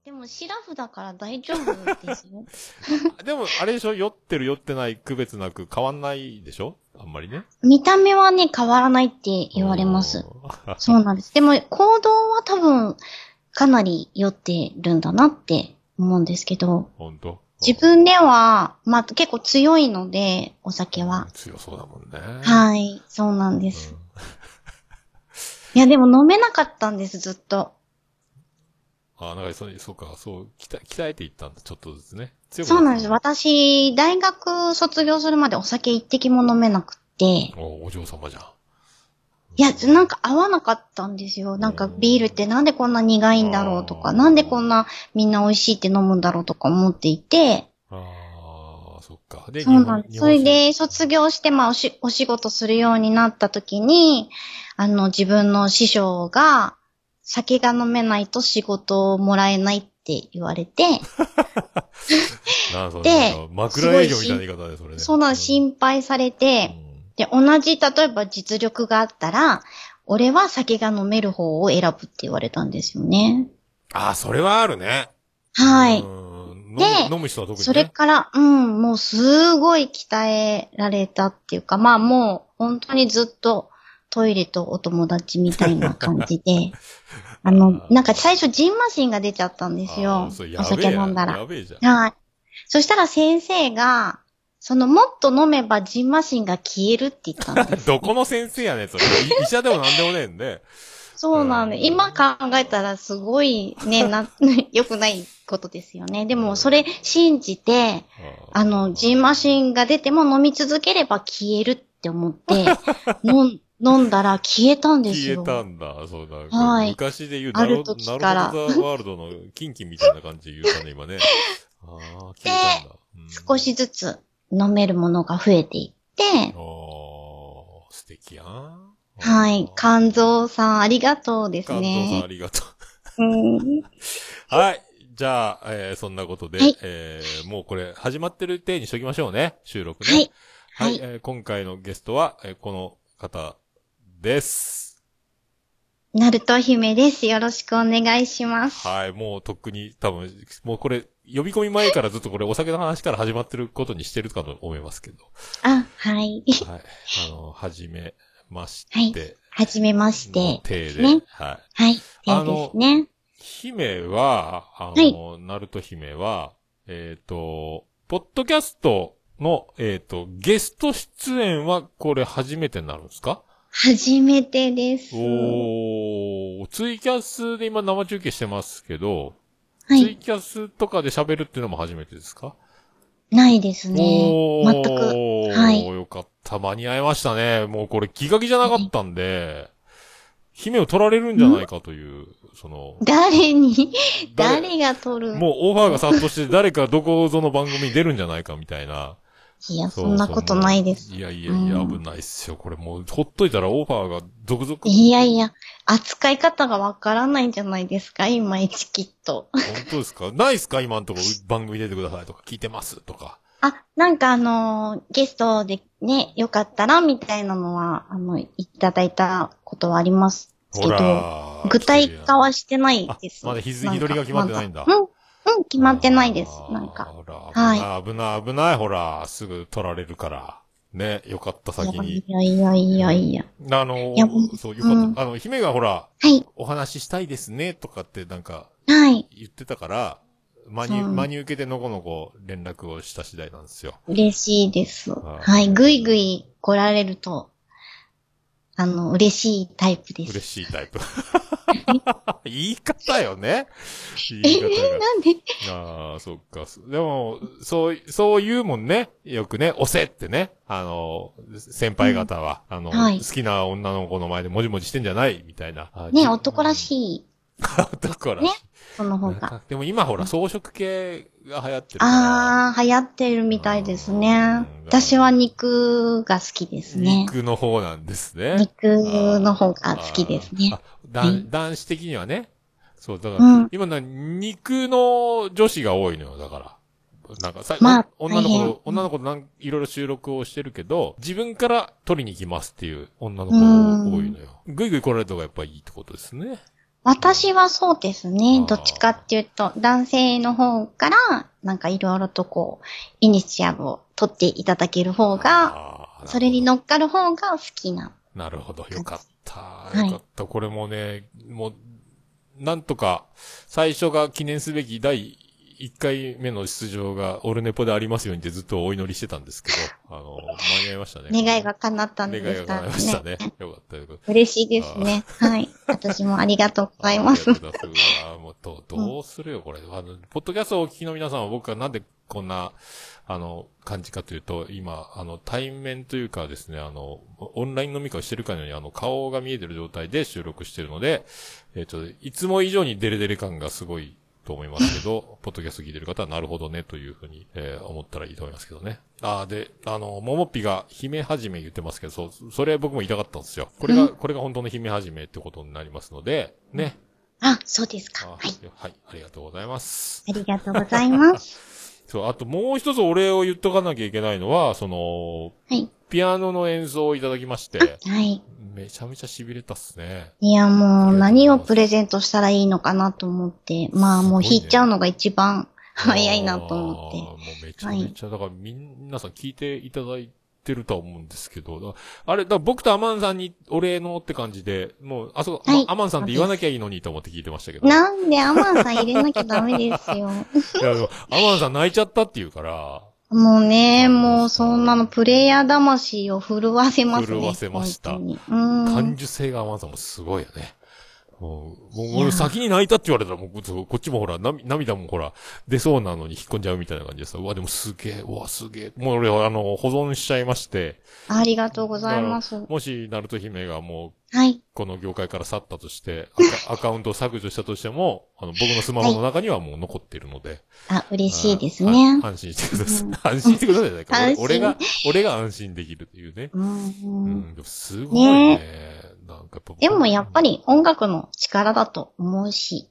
でもシラフだから大丈夫ですよ。 でも、あれでしょ、酔ってる酔ってない区別なく変わんないでしょあんまりね。 見た目はね、変わらないって言われます。そうなんです。でも、行動は多分、かなり酔ってるんだなって思うんですけど、 ほんと自分では、まあ、結構強いので、お酒は。 強そうだもんね。 はい、そうなんでうん、 す。いや、でも飲めなかったんです、ずっと。 なんかそうか、そう、鍛えていったんだ、ちょっとずつね。強くなそうなんです。 ってたんだ。 私、大学卒業するまでお酒一滴も飲めなくて、 お嬢様じゃん。 いや、なんか合わなかったんですよ。なんかビールってなんでこんな苦いんだろうとか、なんでこんなみんな美味しいって飲むんだろうとか思っていて、 そっか。で、 そうなんです。それ日本酒。 で卒業して、まあお仕事するようになった時に、自分の師匠が、酒が飲めないと仕事をもらえないって言われて、 なんで、 か、 す枕営業みたいごいな言い方で、それね。 そうなん心配されて、で、同じ、例えば実力があったら、俺は酒が飲める方を選ぶって言われたんですよね。 それはあるね。 はい。で、 飲む人は特にそれね。 から、もうすごい鍛えられたっていうか、まあもう本当にずっとトイレとお友達みたいな感じで、なんか最初ジンマシンが出ちゃったんですよ。 そう、 お酒飲んだら。 やべえじゃん。 はい。そしたら先生が、もっと飲めばジンマシンが消えるって言ったんです。 どこの先生やねん、それ。医者でもなんでもねえんで。 そうなんで、今考えたらすごいね、良くないことですよね。でもそれ信じて、ジンマシンが出ても飲み続ければ消えるって思って、飲んだら消えたんですよ。 消えたんだ。そうだ。 はい。 昔で言うあるナ時から。 ルトとザ・ワールドのキンキンみたいな感じで言ったね、今ね。 で、 消えたんだ。 少しずつ飲めるものが増えていって、 素敵やん。 はい。肝臓さんありがとうです肝臓さんあね。 りがとうん。 う。はい。じゃあ、そんなことで、 はい。 もうこれ始まってる体にしときましょうね。収録ね。 はい。 はい。 はい。 今回のゲストは、この方です。 ナルト姫です。よろしくお願いします。 はい。もうとっくに多分、もうこれ、呼び込み前からずっとこれお酒の話から始まってることにしてるかと思いますけど。 あ、はい。 はい。はじめましはい。 て。 はじめましのて体で。 ですね。 はい。 はい。てですね。 姫は、 はい。 ナルト姫は、ポッドキャストの、ゲスト出演はこれ初めてになるんですか？ 初めてです。 ツイキャスで今生中継してますけど、 はい。 ツイキャスとかで喋るっていうのも初めてですか？ ないですね。全く。はい。 よかった。間に合いましたね。もうこれ気が気じゃなかったんで、姫を取られるんじゃないかという、 誰に誰が撮るもうオファーが殺到して誰かどこぞの番組に出るんじゃないかみたいな。 いや、そんなことないです。 いや、危ないっすよ。これもう、ほっといたらオファーが続々。 いやいや、扱い方がわからないんじゃないですか、いまいちきっと。 本当ですか？ないっすか？今んとこ番組出てくださいとか聞いてますとか。 なんかゲストでね、よかったら、みたいなのは、いただいたことはありますけど、具体化はしてないです。 まだ日取りが決まってないんだ。 決まってないです。なんか。はい。 危ない、ほら、すぐ取られるから。ね、よかった先に。 いやいやいやいや。 そう、よかった。姫がほら、 はい。 お話ししたいですね、とかってなんか、 はい。 言ってたから、真に受けてのこのこ連絡をした次第なんですよ。 嬉しいです。はい。ぐいぐい来られると、嬉しいタイプです。 嬉しいタイプ。言い方よね。言い方が。 なんでそっか。でも、そう言うもんね。よくね、押せってね。先輩方は、 はい。 好きな女の子の前でもじもじしてんじゃない、みたいな。 ね、男らしい。 男らしい。ね。 その方が。 でも今ほら、装飾系が流行ってるから。 流行ってるみたいですね。私は肉が好きですね。 肉の方なんですね。 肉の方が好きですね。 男子的にはね。そう、だから、今肉の女子が多いのよ、だから。なんか女の子いろいろ収録をしてるけど、自分から取りに行きますっていう女の子が多いのよ。ぐいぐい来られた方がやっぱりいいってことですね。 私はそうですね。どっちかっていうと、男性の方から、なんかいろいろとこう、イニシアブを取っていただける方が、それに乗っかる方が好きな。 なるほど。よかった。よかった。これもね、もう、なんとか、最初が記念すべき第1回目の出場がオルネポでありますようにってずっとお祈りしてたんですけど、間に合いましたね。 願いが叶ったんですかね。 願いが叶いましたね。よかったよかった。 嬉しいですね。はい。私もありがとうございます。 ありがとうございます。もうどうするよ、これ。ポッドキャストをお聞きの皆さんは僕はなんでこんな、感じかというと、今、対面というかですね、オンライン飲み会をしてるかのように、顔が見えてる状態で収録してるので、いつも以上にデレデレ感がすごいと思いますけど、ポッドキャスト聞いてる方はなるほどね、というふうに、思ったらいいと思いますけどね。で、ももっぴが姫はじめ言ってますけど、それ僕も言いたかったんですよ。これが本当の姫はじめってことになりますので、ね。 そうですか。はい。 はい、ありがとうございます。 ありがとうございます。 そう、あともう一つお礼を言っとかなきゃいけないのは、はい。ピアノの演奏をいただきまして、 はい。 めちゃめちゃ痺れたっすね。 いや、もう何をプレゼントしたらいいのかなと思って、まあもう弾いちゃうのが一番早いなと思って。 もうめちゃめちゃ、だから皆さん聞いていただいてるとは思うんですけど、僕とアマンさんにお礼のって感じで、もう、アマンさんって言わなきゃいいのにと思って聞いてましたけど。 なんでアマンさん入れなきゃダメですよ。いや、 アマンさん泣いちゃったって言うから、 もうね、もうそんなのプレイヤー魂を震わせますね。 震わせました。感受性がアマンさんもすごいよね。もう俺先に泣いたって言われたらもうこっちもほら涙もほら出そうなのに引っ込んじゃうみたいな感じでさ、うわでもすげえ、もう俺は保存しちゃいまして。 ありがとうございます。 もしナルト姫がもう、 はい。 この業界から去ったとして、アカウントを削除したとしても、僕のスマホの中にはもう残っているので。 嬉しいですね。 安心してください。安心してくださいじゃないか。俺が安心できるというね。すごいね。 でもやっぱり音楽の力だと思うし。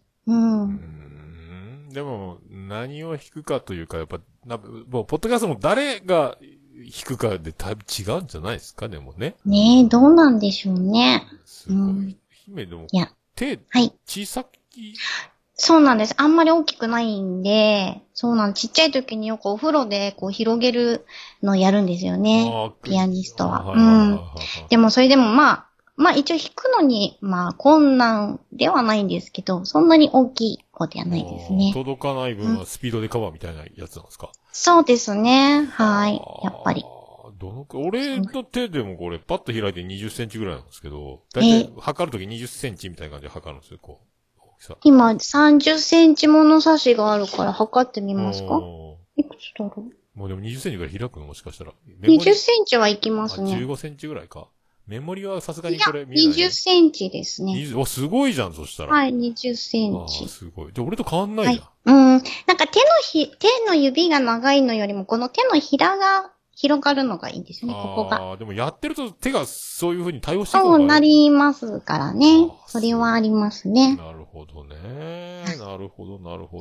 でも、何を弾くかというか、やっぱ、もう、ポッドキャストも誰が弾くかでだいぶ違うんじゃないですか、でもね。 ねえ、どうなんでしょうね。 すごい。姫でも、手、小さき、 そうなんです。あんまり大きくないんで、ちっちゃい時によくお風呂でこう広げるのをやるんですよね。ピアニストは。でもそれでもまあ一応弾くのに、困難ではないんですけど、そんなに大きい子ではないですね。 届かない分はスピードでカバーみたいなやつなんですか？ そうですね。はい。やっぱり。 俺の手でもこれパッと開いて20センチぐらいなんですけど、だいたい測るとき20センチみたいな感じで測るんですよ、こう。 今30センチ物差しがあるから測ってみますか？いくつだろう？ もうでも20センチぐらい開くのもしかしたら。 20センチはいきますね。 15センチぐらいか。メモリはさすがにこれ見えない、 ね。20センチですね。 すごいじゃん、そしたら。 はい、20センチ。 すごい。で、俺と変わんないじゃん。なんか手の指が長いのよりも、この手のひらが広がるのがいいんですね、ここが。 でもやってると手がそういう風に対応してくるのそうなりますからね。それはありますね。 なるほどね。なるほど。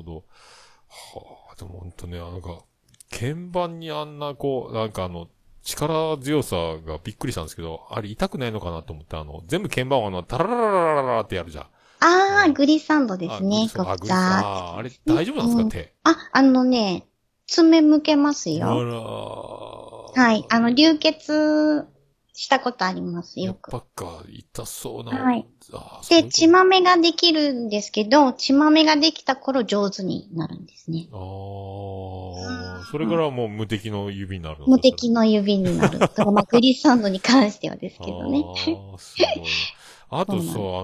でもほんとね、鍵盤にあんな力強さがびっくりしたんですけど、あれ痛くないのかなと思って、全部鍵盤をタララララララってやるじゃん。 グリサンドですね、 あれ大丈夫なんですか、手。 爪向けますよ。はい。流血したことありますよく。 やっぱ痛そうな。 はい。で、血豆ができるんですけど、血豆ができた頃上手になるんですね。 それからもう無敵の指になるの？ 無敵の指になる。グリサンドに関してはですけどね。 すごい。あと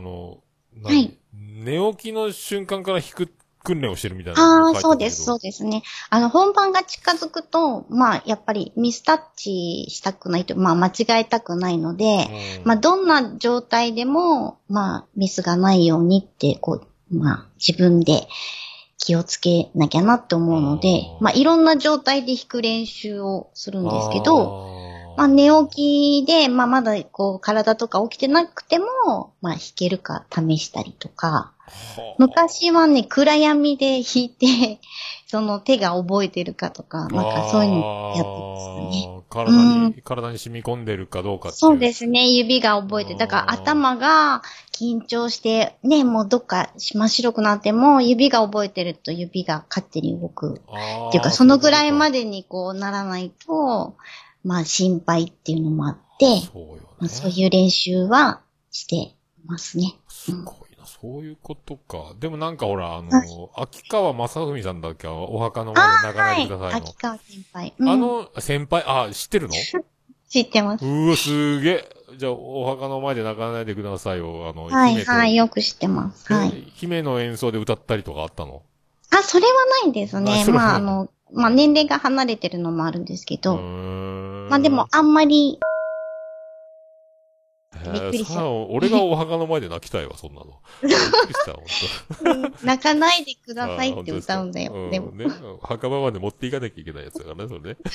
寝起きの瞬間から弾く訓練をしてるみたいな。 そうですね。本番が近づくと、やっぱりミスタッチしたくないと、間違えたくないので、どんな状態でも、ミスがないようにって、自分で気をつけなきゃなって思うので、いろんな状態で弾く練習をするんですけど、 まあ寝起きで、まあまだこう体とか起きてなくても、まあ弾けるか試したりとか、昔はね、暗闇で弾いて、その手が覚えてるかとか、なんかそういうのやってましたね。 体に染み込んでるかどうかっていう。 そうですね、指が覚えて、だから頭が緊張して、ね、もうどっか真っ白くなっても、指が覚えてると指が勝手に動く。っていうか、そのぐらいまでにこうならないと、まあ心配っていうのもあって、 そうよね。 まあ、そういう練習はしてますね。 すごいな、そういうことか。でもなんかほら、秋川正文さんだっけ、お墓の前で泣かないでくださいの。 秋川先輩。 先輩、知ってるの？ 知ってます。 すげえ。じゃあ、お墓の前で泣かないでくださいよ。 はい、よく知ってます。はい。 姫の演奏で歌ったりとかあったの？ それはないですね。まあ、まあ、年齢が離れてるのもあるんですけど。まあでも、あんまり、びっくりした。 俺がお墓の前で泣きたいわ、そんなの。びっくりした、 本当。泣かないでくださいって歌うんだよ。でも。 ね。墓場まで持っていかなきゃいけないやつだからね、それね。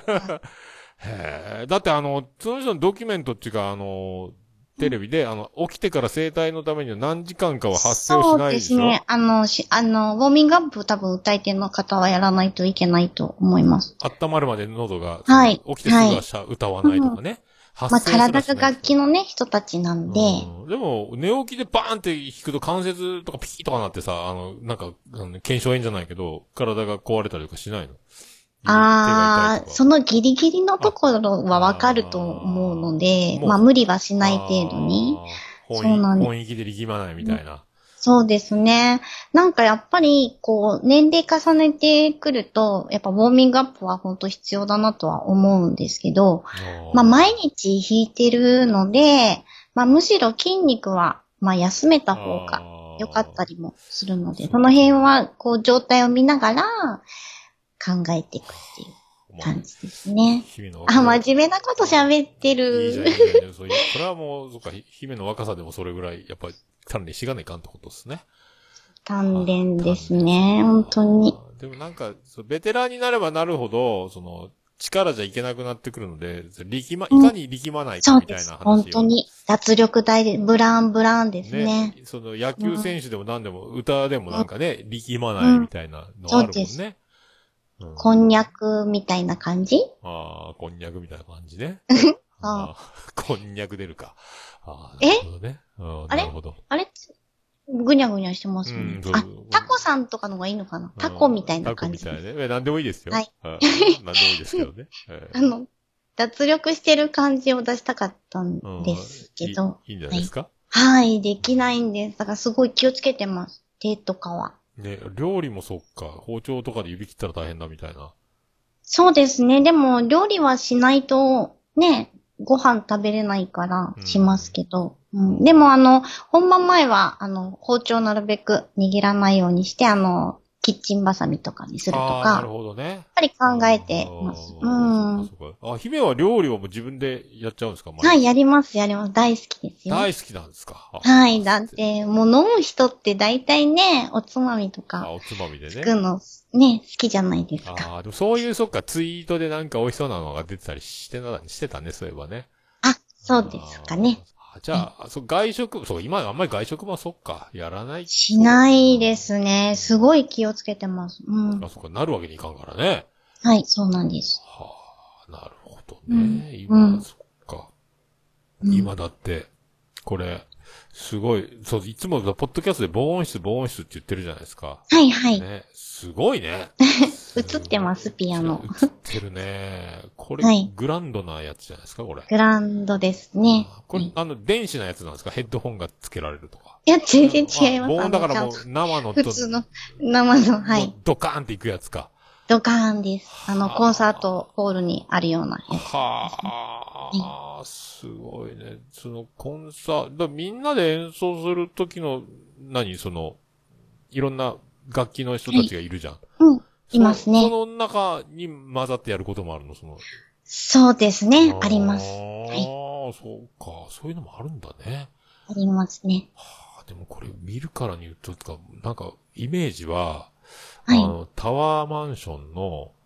だってその人のドキュメントっていうか、テレビで、起きてから整体のためには何時間かは発声をしないでしょ？そうですね。 ウォーミングアップ多分歌い手の方はやらないといけないと思います。 温まるまで喉が、 はい。 起きてすぐは歌わないとかね。 まあ、体が楽器のね、人たちなんで。 でも、寝起きでバーンって弾くと関節とかピーとかなってさ、なんか、腱鞘炎じゃないけど、体が壊れたりとかしないの？ そのギリギリのところはわかると思うので、まあ無理はしない程度に。 そうなんです。本域で力まないみたいな。 そうですね。なんかやっぱり、こう、年齢重ねてくると、やっぱウォーミングアップは本当必要だなとは思うんですけど、まあ毎日弾いてるので、まあむしろ筋肉は、まあ休めた方が良かったりもするので、その辺は、こう状態を見ながら考えていくっていう感じですね。真面目なこと喋ってる。 いいじゃん、いいじゃん。それはもう、そっか、姫の若さでもそれぐらい、やっぱり、鍛錬しがないかんってことですね。 鍛錬ですね、本当に。 でもなんか、ベテランになればなるほど、力じゃいけなくなってくるので、いかに力まないかみたいな話を。そうです、 本当に。脱力大で、ブランですね。 野球選手でも何でも、歌でもなんかね、力まないみたいなのあるもんね。 こんにゃくみたいな感じ？ こんにゃくみたいな感じね。こんにゃく出るか。なるほどね。なるほど。 あれぐにゃぐにゃしてますね。タコさんとかのがいいのかな？タコみたいな感じ。 タコみたいね。なんでもいいですよ。はい。なんでもいいですけどね。 脱力してる感じを出したかったんですけど。 いいんじゃないですか？ はい、できないんです。だからすごい気をつけてます。手とかは。 ね、料理もそっか。包丁とかで指切ったら大変だみたいな。 そうですね。でも、料理はしないと、ね、ご飯食べれないからしますけど。でも本番前は、包丁なるべく握らないようにして、キッチンバサミとかにするとか。 なるほどね。やっぱり考えてます。 姫は料理を自分でやっちゃうんですか？ はい、やります。大好きですよ。 大好きなんですか？ はい、だって、もう飲む人って大体ね、おつまみとか。 おつまみでね。 作るの、ね、好きじゃないですか。 でもそういう、そっか、ツイートでなんか美味しそうなのが出てたりしてたね、そういえばね。 そうですかね。 じゃあ、外食、今あんまり外食もそっか、やらない。 しないですね。すごい気をつけてます。 そっか、なるわけにいかんからね。 はい、そうなんです。 なるほどね。今、そっか。今だって、これ、すごい、いつもポッドキャストで防音室って言ってるじゃないですか。 はいはい。 ね、すごいね。 映ってます、ピアノ。 映ってるね。これ、グランドなやつじゃないですか、これ。 グランドですね。 これ、電子なやつなんですか？ヘッドホンが付けられるとか。 いや、全然違います。 防音だからもう、生の。 普通の、生の、はい。 ドカーンっていくやつか。 ドカーンです。コンサートホールにあるようなやつです、ね。 すごいね。コンサート、みんなで演奏するときの、いろんな楽器の人たちがいるじゃん。 いますね。 その中に混ざってやることもあるの？ そうですね。あります。 そうか。そういうのもあるんだね。 ありますね。 でもこれ見るからに言うと、なんか、イメージは、 はい、 タワーマンションの、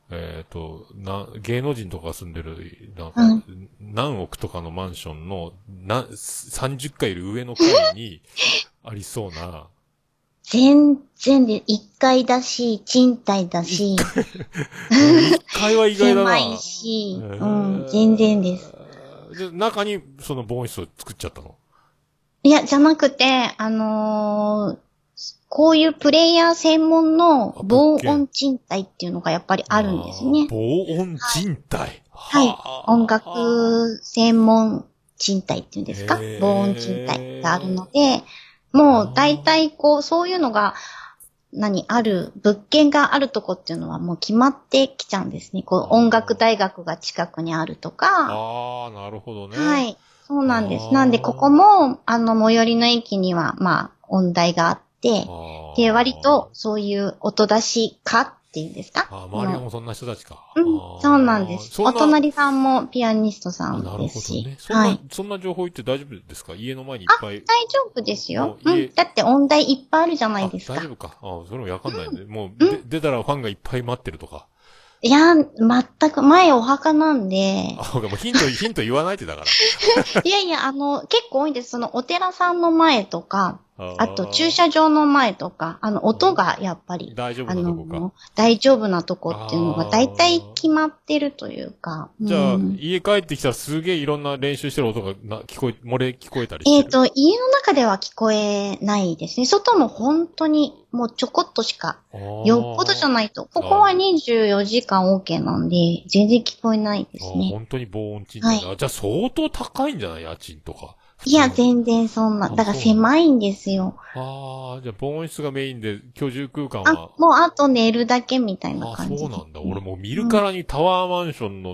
芸能人とか住んでる、なんか、何億とかのマンションの、30階より上の階にありそうな。 全然で、1階だし、賃貸だし。 1階は意外だな。 狭いし、全然です。 で、中にその防音室を作っちゃったの？ いや、じゃなくて、こういうプレイヤー専門の防音賃貸っていうのがやっぱりあるんですね。 防音賃貸、 はい。音楽専門賃貸っていうんですか？防音賃貸があるので、もう大体そういうのが、ある、物件があるとこっていうのはもう決まってきちゃうんですね。音楽大学が近くにあるとか。 なるほどね。 はい。そうなんです。なんでここも、最寄りの駅には、音大があって、で、割とそういう音出し家っていうんですか？ 周りがもうそんな人たちか。 そうなんです。お隣さんもピアニストさんですし。 なるほどね。そんな情報言って大丈夫ですか？家の前にいっぱい。 大丈夫ですよ。だって音大いっぱいあるじゃないですか。 大丈夫か。それもわかんないんで。もう、出たらファンがいっぱい待ってるとか。 いや、全く、前お墓なんで。 もうヒント言わないでだから。 いやいや、結構多いんです。そのお寺さんの前とか、あと駐車場の前とか、音がやっぱり、 大丈夫なとこか。 大丈夫なとこっていうのが大体決まってるというか。 じゃあ、家帰ってきたらすげえいろんな練習してる音が漏れ聞こえたりしてる？ 家の中では聞こえないですね。外も本当にもうちょこっとしか、よっぽどじゃないと。ここは24時間 OK なんで、全然聞こえないですね。 本当に防音賃貸だ。じゃあ相当高いんじゃない？家賃とか。 いや、全然そんな。だから狭いんですよ。 じゃあ防音室がメインで居住空間は。 もうあと寝るだけみたいな感じ。 そうなんだ。俺もう見るからにタワーマンションの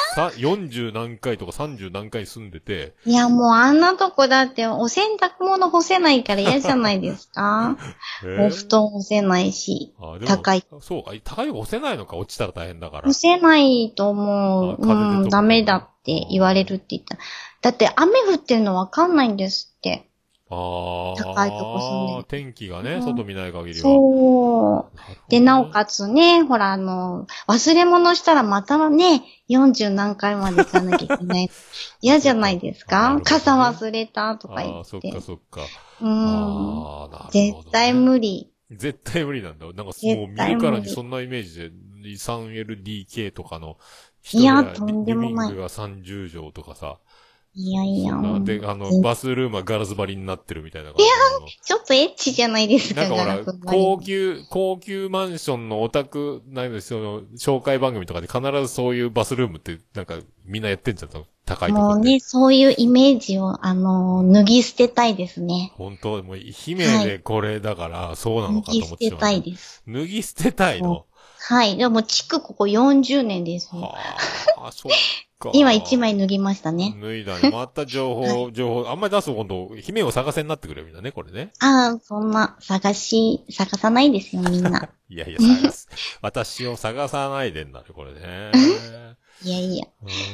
40何階とか30何階住んでて。 いや、もうあんなとこだってお洗濯物干せないから嫌じゃないですか？お布団干せないし。高い。 そう、高い干せないのか、落ちたら大変だから。 干せないと思う。ダメだって言われるって言った。だって雨降ってるのわかんないんですって。高いとこ住んでる。 天気がね、外見ない限りは。 そう。で、なおかつね、ほら忘れ物したらまたね、40何回まで行かなきゃいけない。嫌じゃないですか？傘忘れたとか言って。 そっか。 なるほど。絶対無理。 絶対無理なんだ。なんかもう見るからにそんなイメージで、3LDK とかのいや、とんでもない。 リビングが30畳とかさ。 いやいや。 で、バスルームはガラス張りになってるみたいな感じ。いや、ちょっとエッチじゃないですか。 なんかほら、高級マンションのオタク、なんですよ、紹介番組とかで必ずそういうバスルームって、なんかみんなやってんじゃん、高いところ。 もうね、そういうイメージを、脱ぎ捨てたいですね。 本当もう、姫でこれだから、そうなのかと思ってしまう。 脱ぎ捨てたいです。 脱ぎ捨てたいの？ はい。でも、築ここ40年です。 そうか。 今1枚脱ぎましたね。 脱いだね。また情報、あんまり出すと今度、姫を探せになってくれみんなね、これね。 そんな、探さないですよ、みんな。 いや、私を探さないでんだね、これね。 いやいや。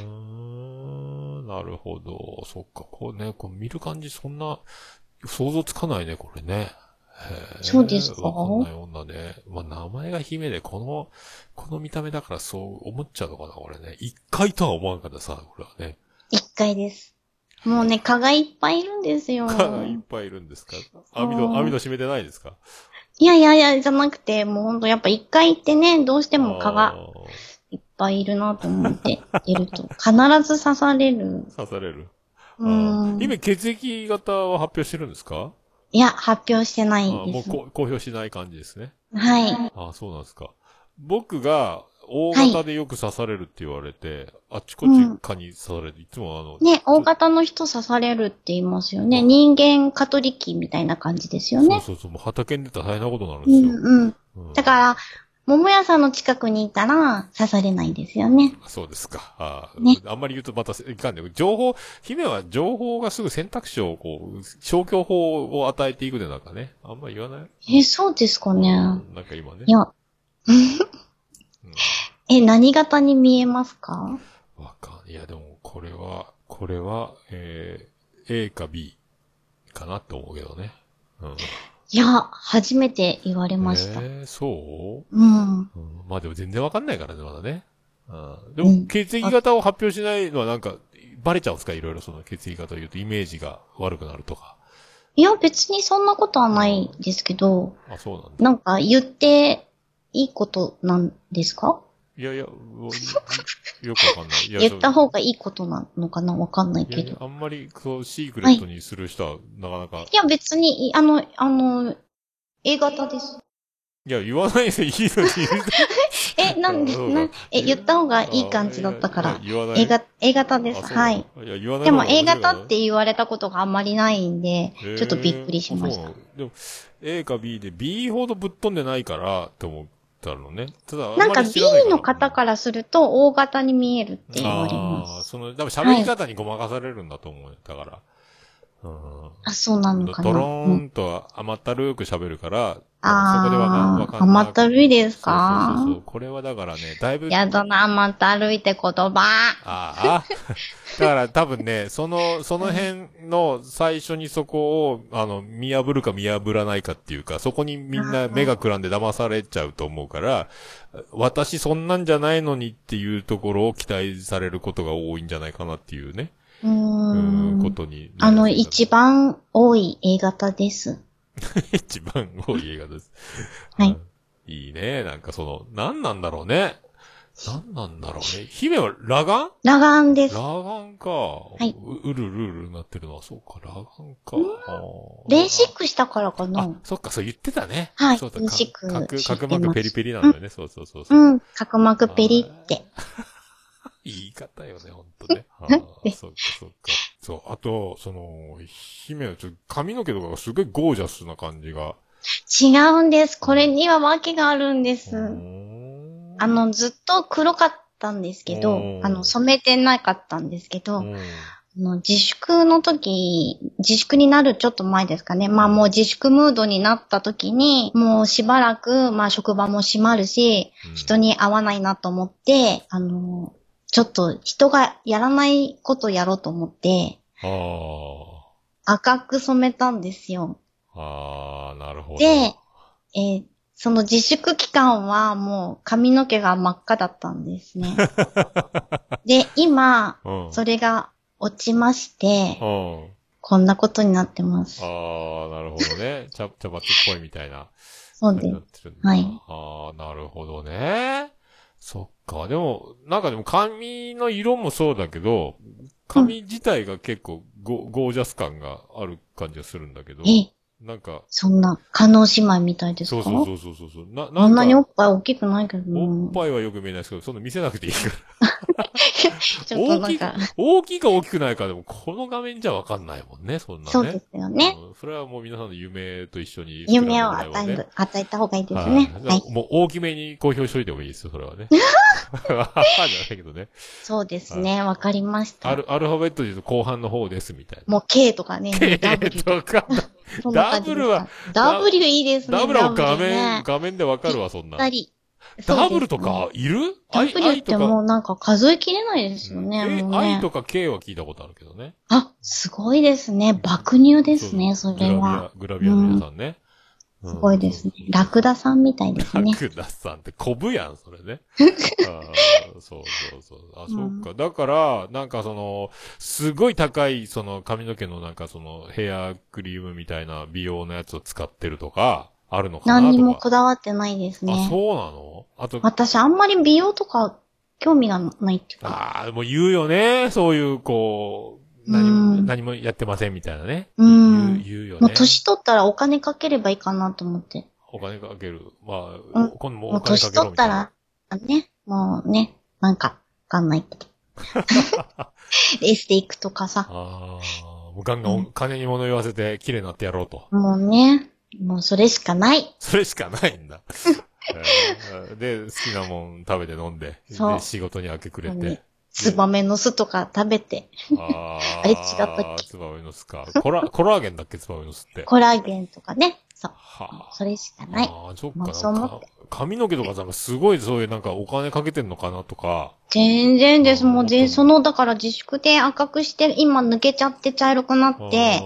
なるほど。そっか、見る感じ、そんな、想像つかないね、これね。 そうですか？ わかんない女で。名前が姫で、この見た目だからそう思っちゃうのかな、これね。1階とは思わんかったさ、これはね。 1階です。もうね、蚊がいっぱいいるんですよ。 蚊がいっぱいいるんですか？網戸閉めてないですか？ いや、じゃなくて、もうほんとやっぱ1階行ってね、どうしても蚊がいっぱいいるなと思って出ると、必ず刺される。 刺される。今、血液型は発表してるんですか？ いや、発表してないです。 もう公表しない感じですね。 はい。 そうなんですか。僕が、大型でよく刺されるって言われて、あっちこっち蚊に刺されて、いつもね、大型の人刺されるって言いますよね。人間カトリキみたいな感じですよね。 そう、もう畑に出たら大変なことになるんですよ。 だから、桃屋さんの近くにいたら刺されないですよね。 そうですか。あんまり言うとまたいかんね。姫は情報がすぐ選択肢を消去法を与えていくでなんかね。あんまり言わない？ そうですかね。なんか今ね。 いや。何型に見えますか？ いや、でも、これは、A か B かなって思うけどね。 いや、初めて言われました。 そううん。 まあでも全然わかんないからね、まだね。でも、 うん。 血液型を発表しないのはなんか、バレちゃうんですか？いろいろその血液型を言うとイメージが悪くなるとか。 いや、別にそんなことはないですけど、 あ、そうなんだ。 なんか言っていいことなんですか？ いやいや、よくわかんない。いや、 言った方がいいことなのかなわかんないけど。 あんまり、そう、シークレットにする人は、なかなか。 いや、別に、A 型です。 いや、言わないでいいのになんで、言った方がいい感じだったから。A 型です。はい。 いや、言わないでも方が A 型って言われたことがあんまりないんで、ちょっとびっくりしました。 でも、A か B で B ほどぶっ飛んでないから、って思ったのね。ただ、 なんか B の方からすると O 型に見えるって言われます。 多分喋り方にごまかされるんだと思うよ。だから。 そうなのかな。 ドローンと甘ったるく喋るから、そこでわかんない。 甘ったるいですか？ そう。これはだからね、だいぶ。 やだな、甘ったるいって言葉。 だから多分ね、その辺の最初にそこを、見破るか見破らないかっていうか、そこにみんな目がくらんで騙されちゃうと思うから、私そんなんじゃないのにっていうところを期待されることが多いんじゃないかなっていうね。ことに。 一番多い A 型です。 一番多い A 型です。 はい。 いいね。なんか何なんだろうね。姫は裸眼？ 裸眼です。 裸眼か。はい。うるるになってるのは、そうか、裸眼か。 レーシックしたからかな。 そっか、そう言ってたね。 はい。 そうだ、 レーシック。 角膜ペリペリなんだよね。そう。 角膜ペリって。 言い方よね、ほんとね。そっか。そう。あと、姫は髪の毛とかがすごいゴージャスな感じが。 違うんです。これには訳があるんです。ずっと黒かったんですけど、染めてなかったんですけど、自粛になるちょっと前ですかね。まあもう自粛ムードになった時に、もうしばらく、まあ職場も閉まるし、人に会わないなと思って、ちょっと人がやらないことやろうと思って、赤く染めたんですよ。 なるほど。 で、その自粛期間はもう髪の毛が真っ赤だったんですね。で、今、それが落ちまして、こんなことになってます。 なるほどね。茶髪っぽいみたいな。 そうです。はい。 なるほどね。そっか。でも髪の色もそうだけど、髪自体が結構ゴージャス感がある感じがするんだけど。なんか。 そんな、叶姉妹みたいですか？ そう。 あんなにおっぱい大きくないけどおっぱいはよく見えないですけど、そんな見せなくていいから。 ちょっとなんか。 大きいか大きくないかでも、この画面じゃわかんないもんね、そんなね。 そうですよね。 それはもう皆さんの夢と一緒に、 夢を与えた方がいいですね。 はい。もう大きめに公表しといてもいいですよ、それはね。じゃないけどね。 そうですね、わかりました。 アルファベットで言うと後半の方ですみたいな。 もう K とかね。 K とか。W は。 W いいですね。 W は画面でわかるわ、そんな。ダブルとかいる？ ダブルってもうなんか数えきれないですよね。 I とか K は聞いたことあるけどね。 すごいですね。爆乳ですね、それは。 グラビアの皆さんね。 すごいですね。ラクダさんみたいですね。 ラクダさんってコブやん、それね。そう。そうか。だから、すごい高い、髪の毛のヘアクリームみたいな美容のやつを使ってるとか、あるのかなとか。 何にもこだわってないですね。 そうなの？ 私あんまり美容とか興味がないっていうか。 もう言うよね。そういう、何もやってませんみたいなね。言うよね。 もう年取ったらお金かければいいかなと思って。 お金かける。まあ、今度もお金かけろみたいな。 年取ったら、ね、もうね、なんか、わかんないけど。エステ行くとかさ。 もうガンガン金に物言わせて綺麗になってやろうと。 もうね、もうそれしかない。 それしかないんだ。で、好きなもん食べて飲んで、で仕事に明け暮れて。 ツバメの巣とか食べて。あれ違ったっけ？ ツバメの巣か。コラーゲンだっけ、ツバメの巣って。 コラーゲンとかね。そう。それしかない。 そっか。そう思って。髪の毛とかさ、すごいそういうお金かけてんのかなとか。 全然です。もうだから自粛で赤くして、今抜けちゃって茶色くなって、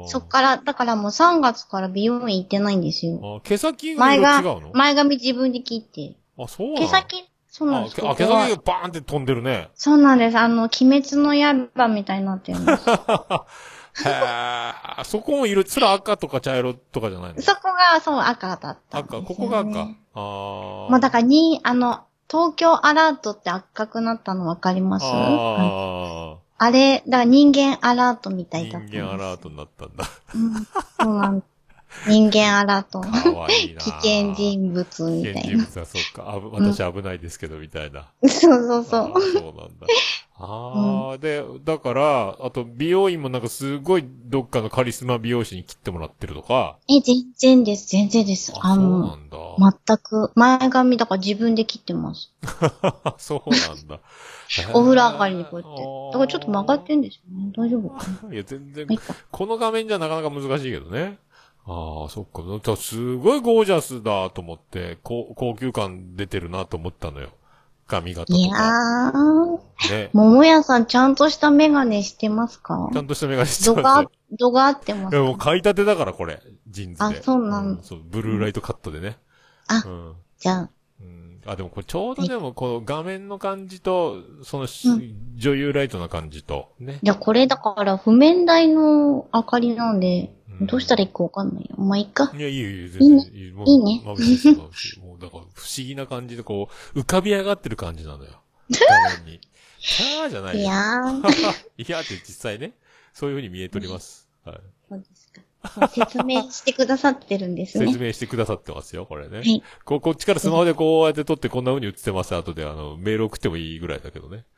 そっから、だからもう3月から美容院行ってないんですよ。 毛先が違うの？ 前髪自分で切って。 あ、そうなの？ 毛先、そうなんです。 毛先がバーンって飛んでるね。 そうなんです。鬼滅の刃みたいになってるんです。 へー。そこもそれ赤とか茶色とかじゃないの？ そこが、そう、赤だったんですよ、ね。 赤、ここが赤。 まあ、だから東京アラートって赤くなったのわかります？あれ、だから人間アラートみたいだったんです。 人間アラートになったんだ。 うん。そうなん人間アラート。 かわいいな。 危険人物みたいな。 危険人物はそうか。私危ないですけど、みたいな。 そうそうそう。 そうなんだ。で、だから、あと、美容院もなんかすごいどっかのカリスマ美容師に切ってもらってるとか。 全然です、全然です。 そうなんだ。 全く、前髪だから自分で切ってます。 そうなんだ。 お風呂上がりにこうやって。だからちょっと曲がってんですよね。大丈夫かな？ いや、全然、この画面じゃなかなか難しいけどね。そっか。すごいゴージャスだと思って、高級感出てるなと思ったのよ。髪型とか。 いやー。ね。桃屋さんちゃんとしたメガネしてますか？ ちゃんとしたメガネしてますよ。 度が合ってますか？ もう買い立てだからこれ。ジーンズで。 そうなんだ。 そう、ブルーライトカットでね。 じゃあ。 でもこれちょうどでもこの画面の感じと、その、女優ライトな感じと、ね。 いや、これだから譜面台の明かりなんで、どうしたらいいかわかんないよ。まあ、いいか。 いや、いい、全然いい。いいね。 眩しいです。もう、だから不思議な感じでこう、浮かび上がってる感じなのよ。画面に。じゃないよ。 いやいやって実際ね、そういう風に見えとります。はい。 そうですか。説明してくださってるんですね。 説明してくださってますよ、これね。 はい。 こっちからスマホでこうやって撮ってこんな風に映ってます。後でメール送ってもいいぐらいだけどね。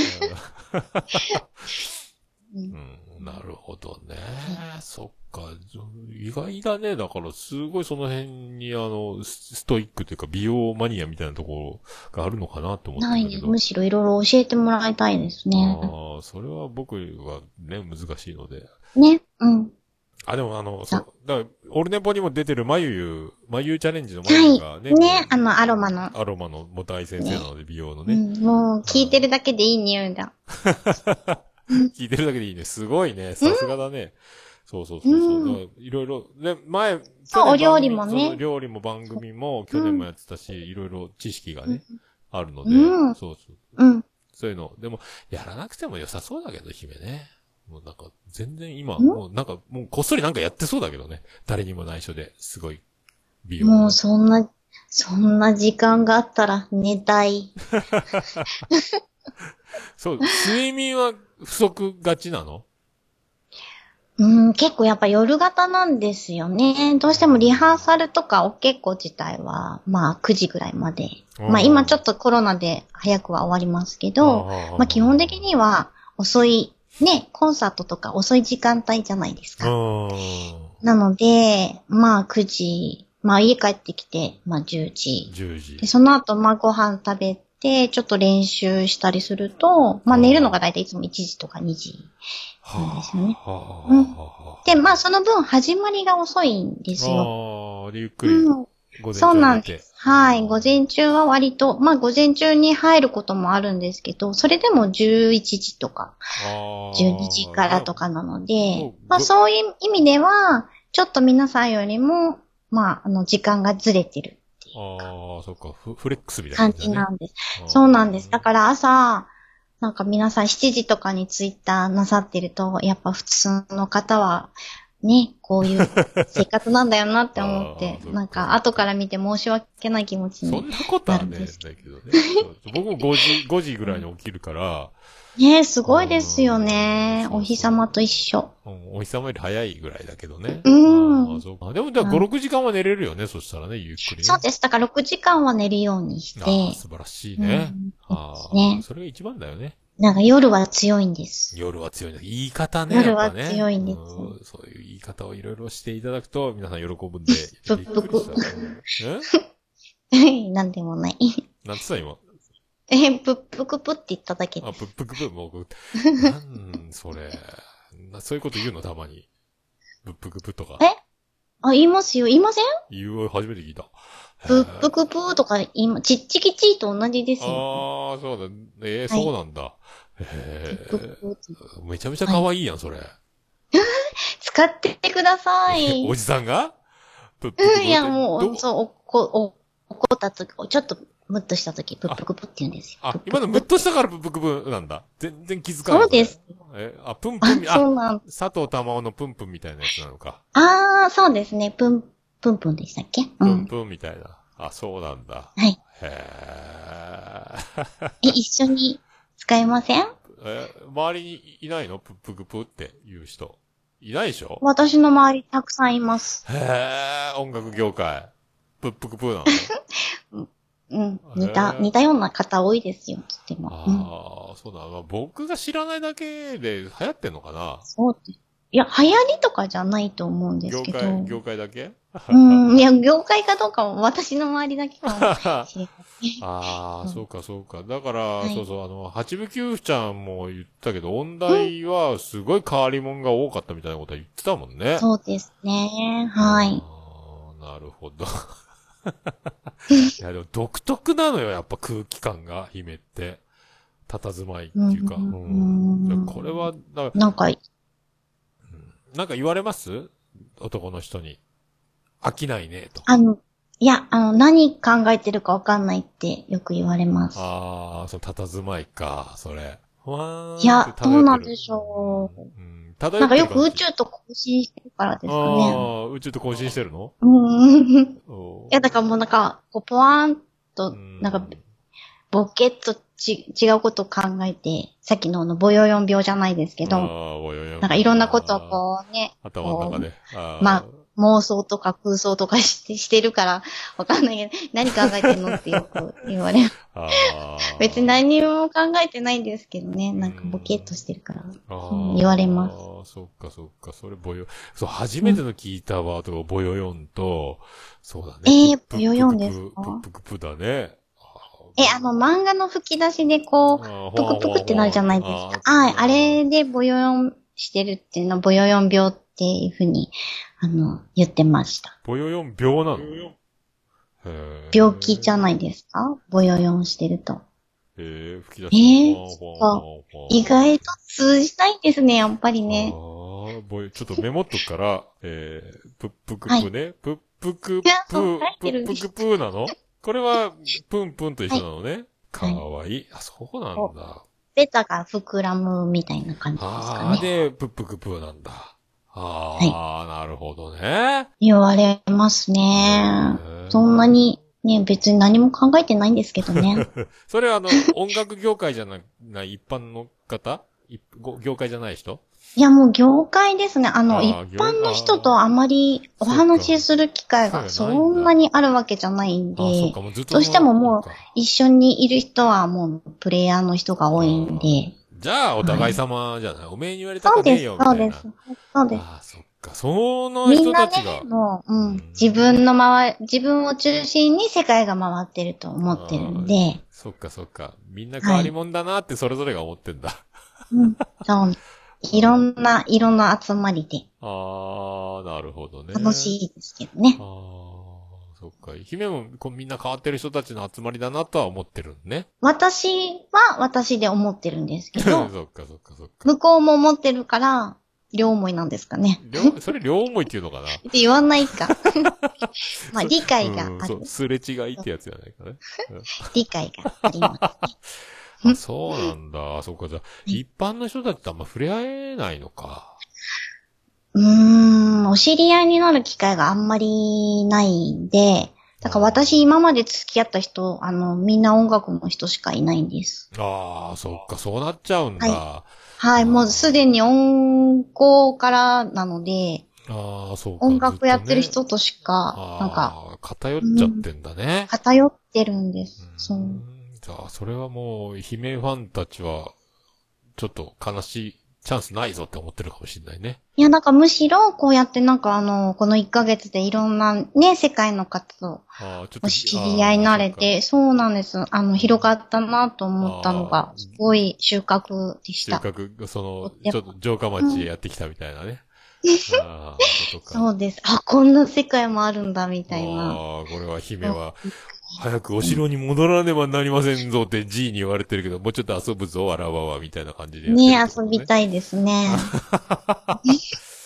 なるほどね。そっか。意外だね。だから、すごいその辺にストイックというか美容マニアみたいなところがあるのかなと思ってないです。むしろいろいろ教えてもらいたいですね。 それは僕はね、難しいので。 ね、 でもだから、オルネポにも出てるまゆチャレンジのまゆがね。 ね、アロマのもう大先生なので、美容のね。 もう、聞いてるだけでいい匂いだ。 聞いてるだけでいいね。すごいね。さすがだね。そう。いろいろ、ね、 お料理もね。 料理も番組も去年もやってたし、いろいろ知識がね、あるので。そう。そういうの。でも、やらなくても良さそうだけど、姫ね。もうなんか、全然今、もうこっそりなんかやってそうだけどね。誰にも内緒で、すごい、美容。 もうそんな時間があったら寝たい。 そう、睡眠は不足がちなの？ 結構やっぱ夜型なんですよね。どうしてもリハーサルとかお稽古自体は、9時ぐらいまで。今ちょっとコロナで早くは終わりますけど、基本的には遅い、ね、コンサートとか遅い時間帯じゃないですか。なので、9時、家帰ってきて、10時。で、その後、ご飯食べて、ちょっと練習したりすると、寝るのがだいたいいつも1時とか2時なんですよね。で、その分始まりが遅いんですよ。 ゆっくり。 そうなんです。はい。午前中は割と、午前中に入ることもあるんですけど、それでも11時とか、12時からとかなので、そういう意味では、ちょっと皆さんよりも、時間がずれてるっていうか。 そっか。フレックスみたいな感じなんです。そうなんです。だから朝、なんか皆さん7時とかにツイッターなさってると、やっぱ普通の方は、ね、こういう生活なんだよなって思って、なんか後から見て申し訳ない気持ちになるんです。 そんなことはね、だけどね。僕も5時ぐらいに起きるから。 ね、すごいですよね。お日様と一緒。 お日様より早いぐらいだけどね。 でも 5、6時間は寝れるよね、そしたらね、ゆっくりね。 そうです。だから6時間は寝るようにして。 素晴らしいね。それが一番だよね。 なんか夜は強いんです。 夜は強いんです。言い方ね。 夜は強いんです。 そういう言い方をいろいろしていただくと、皆さん喜ぶんで。 ぷっぷく。なんでもない。 なんつった今。 ぷっぷくぷって言っただけです。 ぷっぷくぷ、もう、それ。そういうこと言うのたまに。ぷっぷくぷとか。 言いますよ。言いません？ 初めて聞いた。 ぷっぷくぷとか、ちっちきちと同じですよ。 そうだ。そうなんだ。めちゃめちゃ可愛いやん、それ。 使ってください。 おじさんがプップクプって。 いや、もう、そう、怒ったとき、ちょっとムッとしたとき、プップクプって言うんですよ。 あ、今のムッとしたからプップクプなんだ。全然気づかない。 そうです。 プンプン、 そうなん。 佐藤玉緒のプンプンみたいなやつなのか。 そうですね。プンプンでしたっけ？ プンプンみたいな。そうなんだ。 はい。 へ一緒に使えません？ 周りにいないの？プップクプっていう人。いないでしょ？ 私の周りたくさんいます。 音楽業界。プップクプなの？ うん。似たような方多いですよ、つっても。そうだ。僕が知らないだけで流行ってんのかな？ そうです。いや、流行りとかじゃないと思うんですけど。 業界だけ？ いや、業界かどうかも私の周りだけかもしれない。そうかそうか。だから、そうそう、八部九夫ちゃんも言ったけど、音大はすごい変わり者が多かったみたいなことは言ってたもんね。 そうですね。はい。 なるほど。いや、でも独特なのよ、やっぱ空気感が、姫って。佇まいっていうか。これは、なんか言われます？男の人に。飽きないね、と。 いや、何考えてるかわかんないってよく言われます。 その佇まいか、それ。 いや、どうなんでしょう。なんかよく宇宙と交信してるからですかね。 宇宙と交信してるの？ いや、だからもうポワーンと、ボケっと違うことを考えて、さっきのボヨヨン病じゃないですけど、いろんなことをこうね、 頭の中で。 妄想とか空想とかしてるから、わかんないけど、何考えてんのってよく言われる。別に何も考えてないんですけどね、ボケっとしてるから、言われます。 そっか。それそう、初めての聞いたワードがボヨヨンと、そうだね。 ボヨヨンですか？ プップクプだね。 漫画の吹き出しでプクプクってなるじゃないですか。あれでボヨヨンしてるっていうのは、ボヨヨン病っていうふうに、言ってました。 ボヨヨン病なの？ 病気じゃないですか？ボヨヨンしてると。 吹き出し。 意外と通じないんですね、やっぱりね。 ちょっとメモっとくから、プップクプね。プップクプなの？これは、プンプンと一緒なのね。かわいい。そうなんだ。 ベタが膨らむみたいな感じですかね。 で、プップクプなんだ。なるほどね。 言われますね。そんなに、ね、別に何も考えてないんですけどね。 それは音楽業界じゃない一般の方？業界じゃない人？ いや、もう業界ですね。一般の人とあまりお話しする機会がそんなにあるわけじゃないんで、どうしてももう一緒にいる人はもうプレイヤーの人が多いんで。 じゃあ、お互い様じゃない。おめえに言われたくねえよ、みたいな。 そうです。 そっか。その人たちが。 みんなね、もう、自分を中心に世界が回ってると思ってるんで。 そっか。みんな変わり者だなってそれぞれが思ってんだ。 そう。いろんな集まりで。 なるほどね。 楽しいですけどね。 そっか。姫もみんな変わってる人たちの集まりだなとは思ってるね。 私は私で思ってるんですけど。 そっか。 向こうも思ってるから、両思いなんですかね。 それ両思いっていうのかなって言わないか。理解がある。 すれ違いってやつじゃないかね。 理解があります。 そうなんだ。そっか。じゃあ、一般の人たちとあんま触れ合えないのか。 お知り合いになる機会があんまりないんで、だから私今まで付き合った人、みんな音楽の人しかいないんです。 そっか、そうなっちゃうんだ。 はい、もうすでに音工からなので、 そうか。 音楽やってる人としか、 偏っちゃってんだね。 偏ってるんです。そう。 じゃあ、それはもう、姫ファンたちは、ちょっと悲しいチャンスないぞって思ってるかもしれないね。 いや、むしろ、こうやってこの1ヶ月でいろんなね、世界の方と、お知り合いになれて、そうなんです。広がったなと思ったのが、すごい収穫でした。 ちょっと城下町へやってきたみたいなね。 そうです。こんな世界もあるんだ、みたいな。 これは姫は、早くお城に戻らねばなりませんぞって G に言われてるけど、もうちょっと遊ぶぞ、わらわわ、みたいな感じで、 ね。遊びたいですね。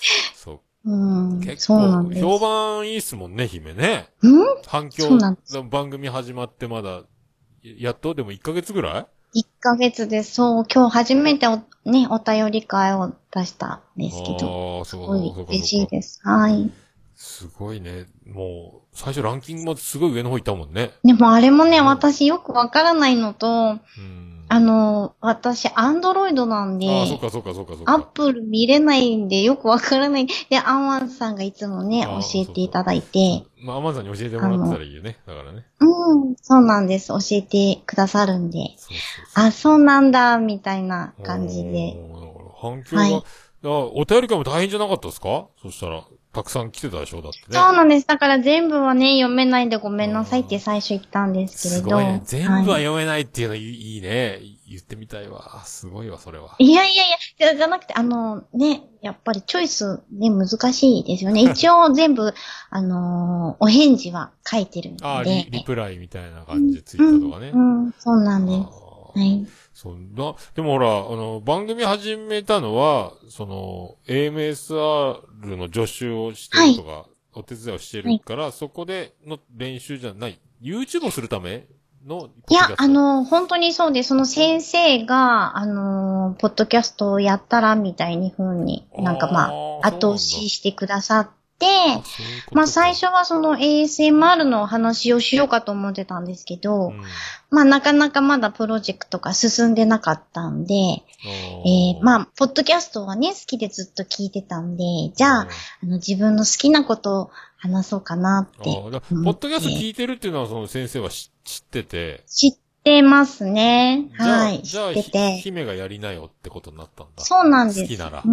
そう。 結そうなんです。 評判いいっすもんね、姫ね。反響、番組始まってまだ、やっとでも1ヶ月ぐらい ?1 ヶ月で、そう、今日初めてお便り会を出したんですけど。 ああ、 すごいそうか。 嬉しいです。はい。 すごいね。もう、最初ランキングもすごい上の方行ったもんね。 でもあれもね、私よくわからないのと、 うん。 私、アンドロイドなんで、 ああ、そうか。 アップル見れないんで、よくわからない。で、アンワンさんがいつもね、教えていただいて。 まあ、アマゾンに教えてもらってたらいいよね。だからね。 そうなんです。教えてくださるんで。あ、そうなんだ、みたいな感じで。 反響が、お便り会も大変じゃなかったですか？そしたら、たくさん来てたでしょ？だってね。 そうなんです。だから全部はね、読めないんでごめんなさいって最初言ったんですけれど。 すごいね。全部は読めないっていうのいいね。言ってみたいわ。すごいわ、それは。 いや、じゃなくて、やっぱりチョイスね、難しいですよね。一応全部、お返事は書いてるんで。 リプライみたいな感じでツイッターとかね。 そうなんです。はい。 でもほら、番組始めたのは、AMSR の助手をしてるとか、お手伝いをしてるから、そこでの練習じゃない。YouTube をするためのいや、本当にそうで、その先生が、ポッドキャストをやったら、みたいに風に、後押ししてくださって、最初はその ASMR の話をしようかと思ってたんですけど、なかなかまだプロジェクトが進んでなかったんで、ポッドキャストはね、好きでずっと聞いてたんで、じゃあ、自分の好きなことを話そうかなって。ポッドキャスト聞いてるっていうのはその先生は知ってて。 知ってますね。はい。 じゃあ、姫がやりなよってことになったんだ。 そうなんです。 好きなら。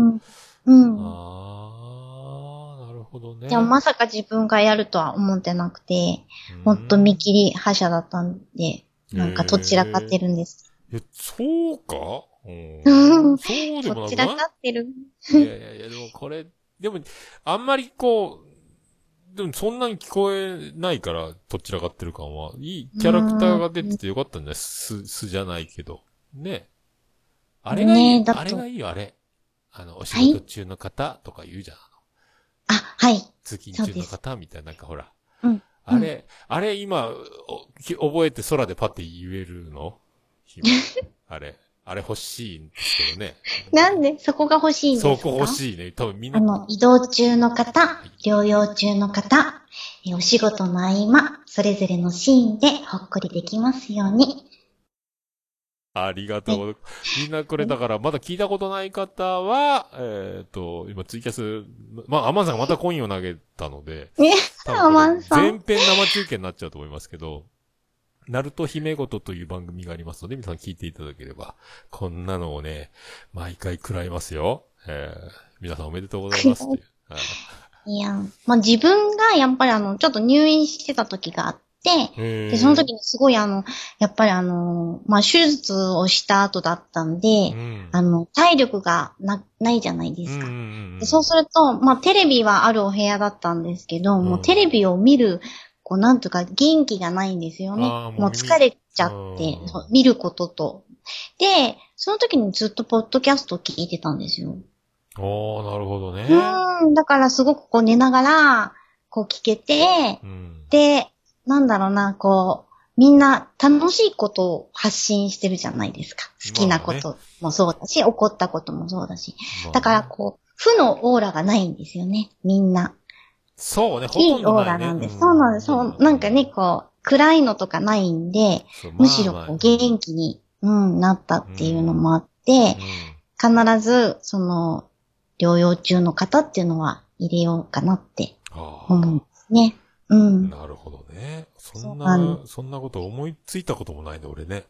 なるほどね。 でもまさか自分がやるとは思ってなくて、ほんと見切り覇者だったんで、どちらかってるんです。 そうかそうでもなくない？ どちらかってる。 いや、でもこれ、でも、あんまりでもそんなに聞こえないから、どちらかってる感は。いいキャラクターが出ててよかったんじゃない？素じゃないけど。ね。あれがいい、あれがいいよ、あれ。お仕事中の方とか言うじゃん。 はい。 通勤中の方みたいな、ほら。 あれ今、覚えて空でパッて言えるの？あれ欲しいんですけどね。 なんでそこが欲しいんですか？ そこ欲しいね。多分みんな。 移動中の方、療養中の方、お仕事の合間、それぞれのシーンでほっこりできますように。 ありがとう。みんなこれだから、まだ聞いたことない方は、今ツイキャス、アマンさんがまたコインを投げたので、 アマンさん。 全編生中継になっちゃうと思いますけど、ナルト姫ごとという番組がありますので、皆さん聞いていただければ、こんなのをね、毎回食らいますよ。皆さんおめでとうございますっていう。 いや、自分がやっぱりちょっと入院してた時があって、で、その時にすごいやっぱり手術をした後だったんで、体力がないじゃないですか。でそうすると、テレビはあるお部屋だったんですけど、もうテレビを見る、なんとか元気がないんですよね。もう疲れちゃって、見ることと。で、その時にずっとポッドキャストを聞いてたんですよ。 なるほどね。 だからすごく寝ながら、聞けて、で、みんな楽しいことを発信してるじゃないですか。好きなこともそうだし、怒ったこともそうだし。だから負のオーラがないんですよね、みんな。 そうね、 いいオーラなんです。そうなんです。暗いのとかないんで、むしろ元気に、なったっていうのもあって、必ず、療養中の方っていうのは入れようかなって思うんですね。 なるほどね。そんなこと思いついたこともないね、俺ね。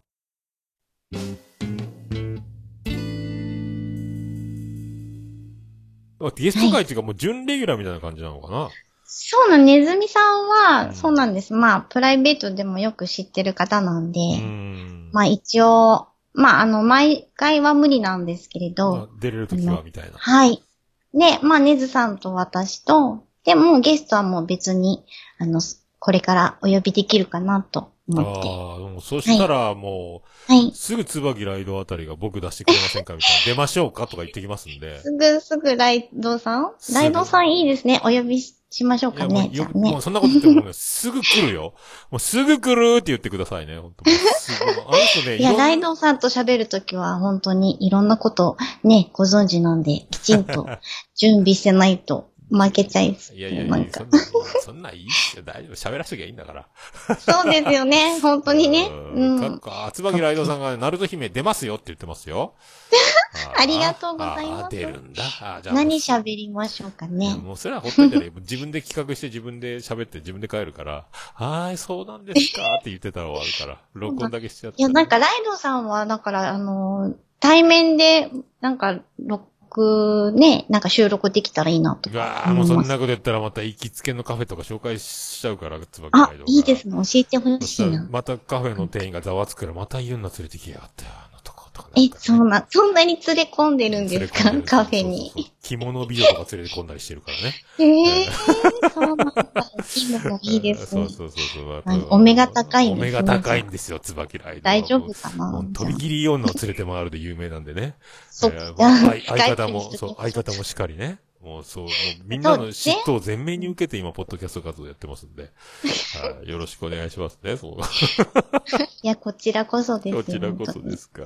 ゲスト会っていうかもう準レギュラーみたいな感じなのかな？ そうなん、ねずみさんは、そうなんです。プライベートでもよく知ってる方なんで、一応、毎回は無理なんですけれど。 出れるときは、みたいな。 はい。で、ねずさんと私と、でもゲストはもう別に、これからお呼びできるかなと思って。 ああ、もうそしたらもはい。 う、すぐ椿ライドあたりが僕出してくれませんかみたいな。出ましょうかとか言ってきますんで。 すぐライドさんラすぐ。 イドさんいいですね。お呼びしましょういや、もうかね。じゃあもね。 うそんなこと言ってもね、すぐ来るよ。もうすぐ来るって言ってくださいね。本当もうすぐ。あの人ね、 いや、ライなドさんと喋るときは本当にいろんなことね、ご存知なんで、きちんと準備してないと負けちゃいます。 いやいやいや、 なんか。 そんないいっすよ。大丈夫。喋らしときゃいいんだから。 そうですよね。本当にね。うん。 椿ライドさんが、ナルト姫出ますよって言ってますよ。 ありがとうございます。 出るんだ。じゃあ何喋りましょうかね。 もうそれはほっといたら、自分で企画して自分で喋って自分で帰るから、はーい、そうなんですかって言ってたら終わるから、録音だけしちゃった。 いや、なんかライドさんは、だから、対面で、なんか、なんか収録できたらいいなとうわかー、もうそん思います。 なこと言ったらまた行きつけのカフェとか紹介しちゃうから、椿ライドが。 いいですね。教えてほそしたら、 しいな。 またカフェの店員がざわつくから、またユンナ連れてきやがったよ、あのとことかなんかね。 そんなに連れ込んでるんですか連れ込んでるカフェに。 そう着物美女とか連れ込んだりしてるからね。 そうなんだ。いいのもいいですね。 そう。 お目が高いんお目ですね。 が高いんですよ、椿ライドは。 大丈夫かなもう飛び切り女を連れて回るで有名なんでね。 そっ相方もしっかりね。もうみんなの嫉妬を全面に受けて今、ポッドキャスト活動やってますんで。よろしくお願いしますね、 いや、こちらこそですよ。 こちらこそですか。 うん。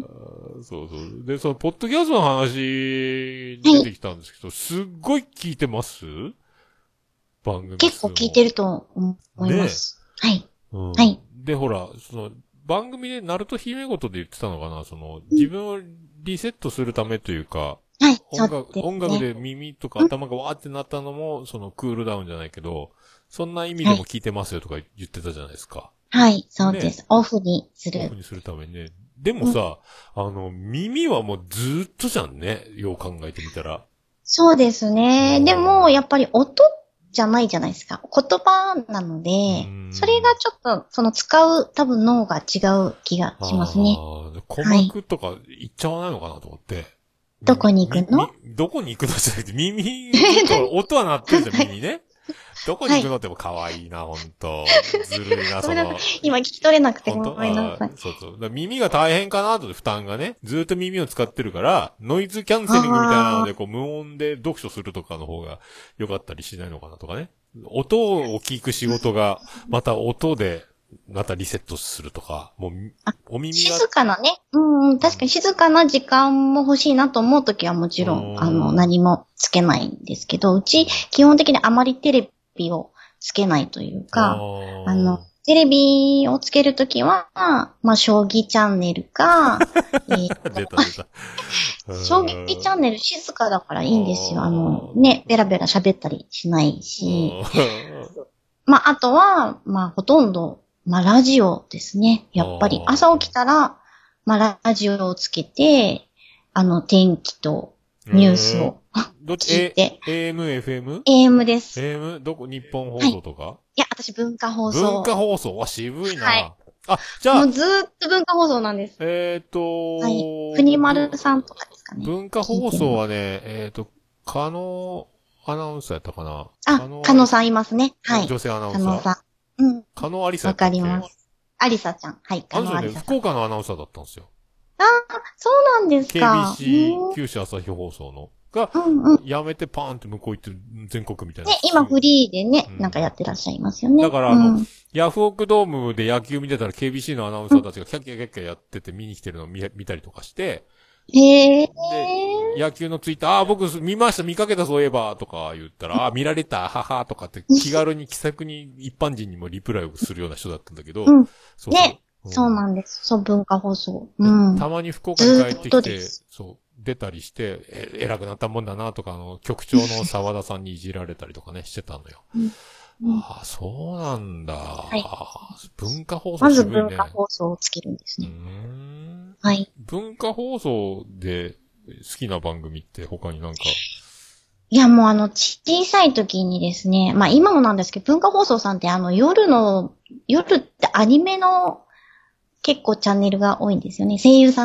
そう。で、その、ポッドキャストの話出てきたんですけど、すっごい聞いてます番組結構聞いてると思います。はい。はい。 で、ほら、番組でナルト姫ごとで言ってたのかな、自分をリセットするためというか、 はい、 音楽で耳とか頭がわーってなったのも、クールダウンじゃないけど、そんな意味でも聞いてますよとか言ってたじゃないですか。 はい、そうです。オフにする。 オフにするためにね。でもさ、耳はもうずーっとじゃんね。よう考えてみたら。 そうですね。でも、やっぱり音じゃないじゃないですか。言葉なので、それがちょっと、使う多分脳が違う気がしますね。 鼓膜とか言っちゃわないのかなと思って。 どこに行くのどこに行くのじゃなくて、耳と音は鳴ってるじゃん、耳ね。どこに行くのっても可愛いな、ほんと。ずるいな、 今聞き取れなくてごめんなさい。 そう。耳が大変かなと、負担がね。ずっと耳を使ってるから、ノイズキャンセリングみたいなので、無音で読書するとかの方が良かったりしないのかなとかね。音を聞く仕事が、また音で、またリセットするとか、もう、お耳が。 静かなね。確かに静かな時間も欲しいなと思うときはもちろん、何もつけないんですけど、うち、基本的にあまりテレビをつけないというか、テレビをつけるときは、将棋チャンネルか、 出た。 将棋チャンネル静かだからいいんですよ。ベラベラ喋ったりしないし。あとは、ほとんど、ラジオですね。やっぱり、朝起きたら、ラジオをつけて、天気とニュースを聞いて。 AM、FM？AM です。 AM？どこ？日本放送とか？ いや、私文化放送。 文化放送は渋いな。 はい。 じゃあ。 もうずーっと文化放送なんです。はい。国丸さんとかですかね。 文化放送はね、加納アナウンサーやったかな。 加納さんいますね。はい。 女性アナウンサー。加納さん。 加納ありさわかります。ありさちゃん。はい。加納ありさちゃん。福岡のアナウンサーだったんですよ。 そうなんですか。 KBC、九州朝日放送の。が、やめてパーンって向こう行って全国みたいな。 ね、今フリーでね、なんかやってらっしゃいますよね。 だからヤフオクドームで野球見てたら KBC のアナウンサーたちがキャッキャやってて見に来てるのを見たりとかして、 で、 野球のツイッター、僕見かけたそういえば、とか言ったら、見られた、はは、とかって気軽に気さくに一般人にもリプライをするような人だったんだけど、 そうなんです。そう、文化放送。 たまに福岡に帰ってきて、出たりして、偉くなったもんだなとか、局長の沢田さんにいじられたりとかね、してたのよ。そうなんだ。はい、文化放送、 まず文化放送をつけるんですね。はい。 文化放送で好きな番組って他になんか。 いや、もう小さい時にですね、今もなんですけど、文化放送さんって夜ってアニメの結構チャンネルが多いんですよね。声優さんの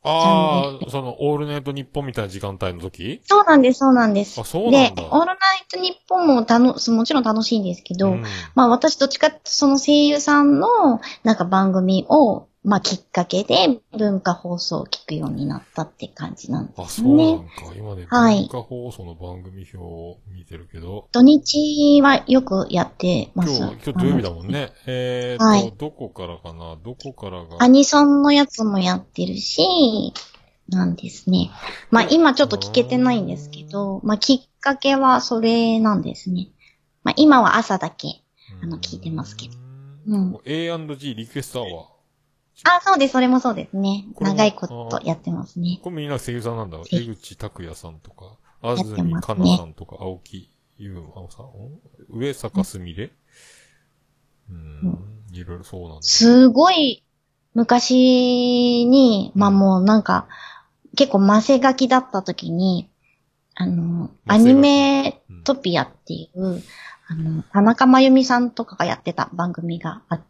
ああ、オールナイトニッポンみたいな時間帯の時？ そうなんです、そうなんです。 あ、そうなんだ。 で、オールナイトニッポンももちろん楽しいんですけど、 うん。 まあ私どっちかってその声優さんのなんか番組を、まあきっかけで文化放送を聞くようになったって感じなんであ、 すそうなね。 んか。今ね、 はい。 文化放送の番組表を見てるけど、 土日はよくやってます。 今日土曜日だもんね。 はい。 どこからかな？どこからが。 アニソンのやつもやってるし、なんですね。まあ今ちょっと聞けてないんですけど、まあきっかけはそれなんですね。まあ今は朝だけ、聞いてますけど。うん。 A&G リクエストアワー。 あ、そうです、それもそうですね。 これも、 長いことやってますね。 これみんな声優さんなんだ。江口拓也さんとか、安やって住かますね。 なさんとか、青木優馬さん、上坂すみれ、 うん、 いろいろそうなんだ。 すごい昔に、まあもうなんか、結構マセガキだった時に、アニメトピアっていう、田中真由美さんとかがやってた番組があって、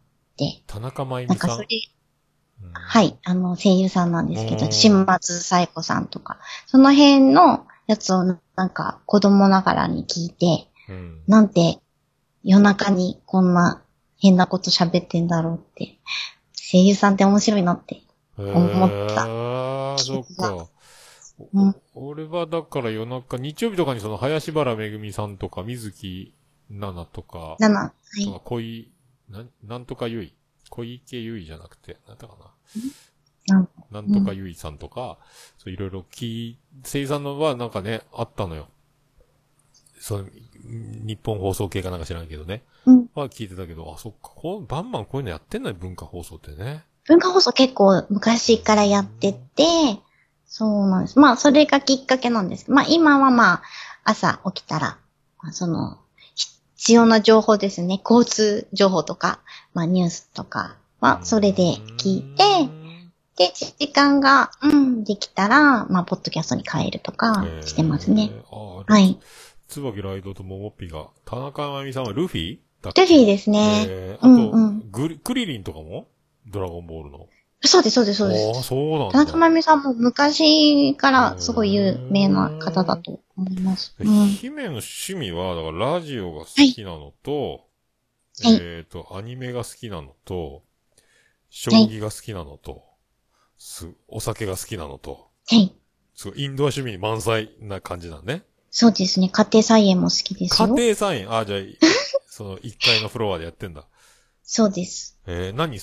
田中真由美さん。 なんかそれ、はい、声優さんなんですけど、新松紗恵子さんとか、その辺のやつをなんか子供ながらに聞いて、なんて夜中にこんな変なこと喋ってんだろうって、声優さんって面白いなって思った。 そっか。俺はだから夜中、日曜日とかに林原めぐみさんとか、水木奈々とか、 はい。 とかなんとかゆい。小池ゆいじゃなくて、なんだかな。なんとかゆいさんとか、そういろいろ声優さんのはなんかね、あったのよ。日本放送系かなんか知らんけどね。は聞いてたけど、あ、そっか、バンバンこういうのやってんのよ、文化放送ってね。 文化放送結構昔からやってて、そうなんです。まあ、それがきっかけなんです。まあ、今はまあ、朝起きたら、必要な情報ですね。交通情報とか、まあ、ニュースとかは、それで聞いて、で、時間が、できたら、まあ、ポッドキャストに変えるとかしてますね。はい。 椿ライドとモモッピが、田中真由美さんはルフィだっけ？ルフィですね。 あと、クリリンとかもドラゴンボールの。 そうです、そうです、そうです。 ああ、そうなんだ。 田中真由美さんも昔からすごい有名な方だと思います。 姫の趣味は、だからラジオが好きなのと、アニメが好きなのと、将棋が好きなのと、お酒が好きなのと、すごいインドア趣味満載な感じだね。 そうですね。家庭菜園も好きですよ。 家庭菜園じゃあ、1階のフロアでやってんだ。 そうです。 何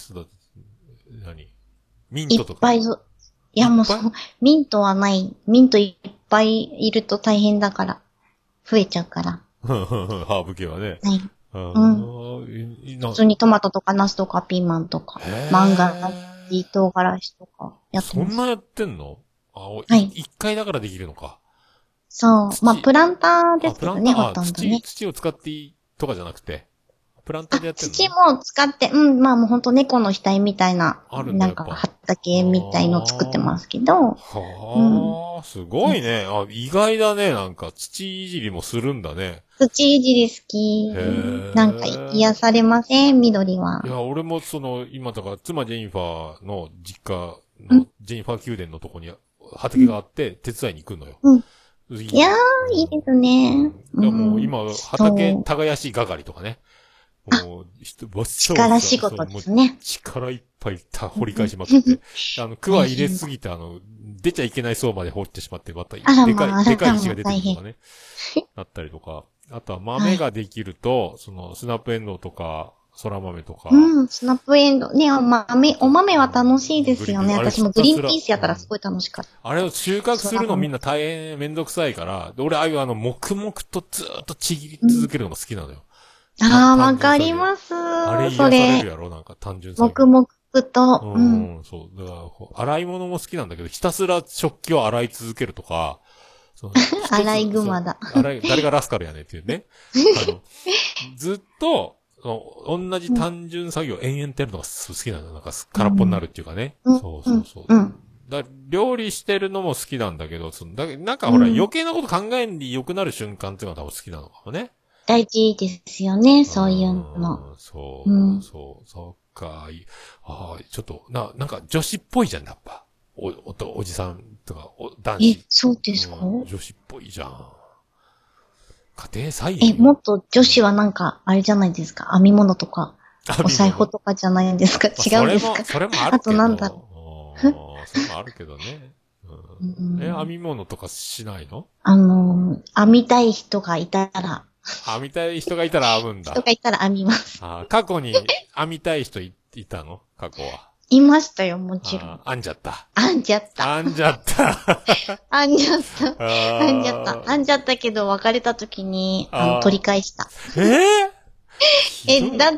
ミントとか。 いっぱいいや、もうミントはない。ミントいっぱいいると大変だから。増えちゃうから。 ハーブ系はね。 はい。普通にトマトとかナスとかピーマンとか、マンガラシ、唐辛子とかやってます。 そんなやってんの？はい。一回だからできるのか。 そう。まあ、プランターですけどね、ほとんどね。 土を使っていいとかじゃなくて。プランターでやってんの？ 土も使って、まあもうほんと猫の額みたいな、なんか畑みたいの作ってますけど。 すごいね。意外だね。なんか土いじりもするんだね。 土いじり好き。なんか癒されません、緑は。 いや、俺も今だから妻ジェニファーの実家のジェニファー宮殿のとこに畑があって手伝いに行くのよ。 いやー、いいですね。 もう今、畑耕し係とかね。もう、 力仕事ですね。 力いっぱい掘り返しまくって。区は入れすぎて、出ちゃいけない層まで掘ってしまって、また、でかい石が出てくるとかね。なったりとか。あとは豆ができると、スナップエンドウとか、空豆とか。 スナップエンドウ。ね、お豆は楽しいですよね。私もグリーンピースやったらすごい楽しかった。 あれを収穫するのみんな大変めんどくさいから、俺ああいう黙々とずーっとちぎり続けるのが好きなのよ。 わかります。 あれ癒されるやろなんか単純作業。黙々と。 そう。だから、洗い物も好きなんだけど、ひたすら食器を洗い続けるとか、 洗いグマだ。 誰がラスカルやねんっていうね。ずっと、同じ単純作業延々ってやるのが好きなの。なんか空っぽになるっていうかね。そう。料理してるのも好きなんだけど、なんかほら、余計なこと考えんで良くなる瞬間っていうのが多分好きなのかもね。 大事ですよね、そういうの。 そっか。ちょっと、なんか女子っぽいじゃん、やっぱ。 おじさんとか、男子。 そうですか？ 女子っぽいじゃん。家庭菜園。 もっと女子はなんか、あれじゃないですか。編み物とか、お裁縫とかじゃないんですか？違うんですか？ それもあるけど。 あとなんだろう。それもあるけどね。編み物とかしないの？ 編みたい人がいたら。 編みたい人がいたら編むんだ。 人がいたら編みます。 過去に編みたい人いたの？過去は。 いましたよ、もちろん。 編んじゃった。 編んじゃった。 編んじゃった。 編んじゃった。編んじゃった。編んじゃったけど別れた時に、取り返した。だって、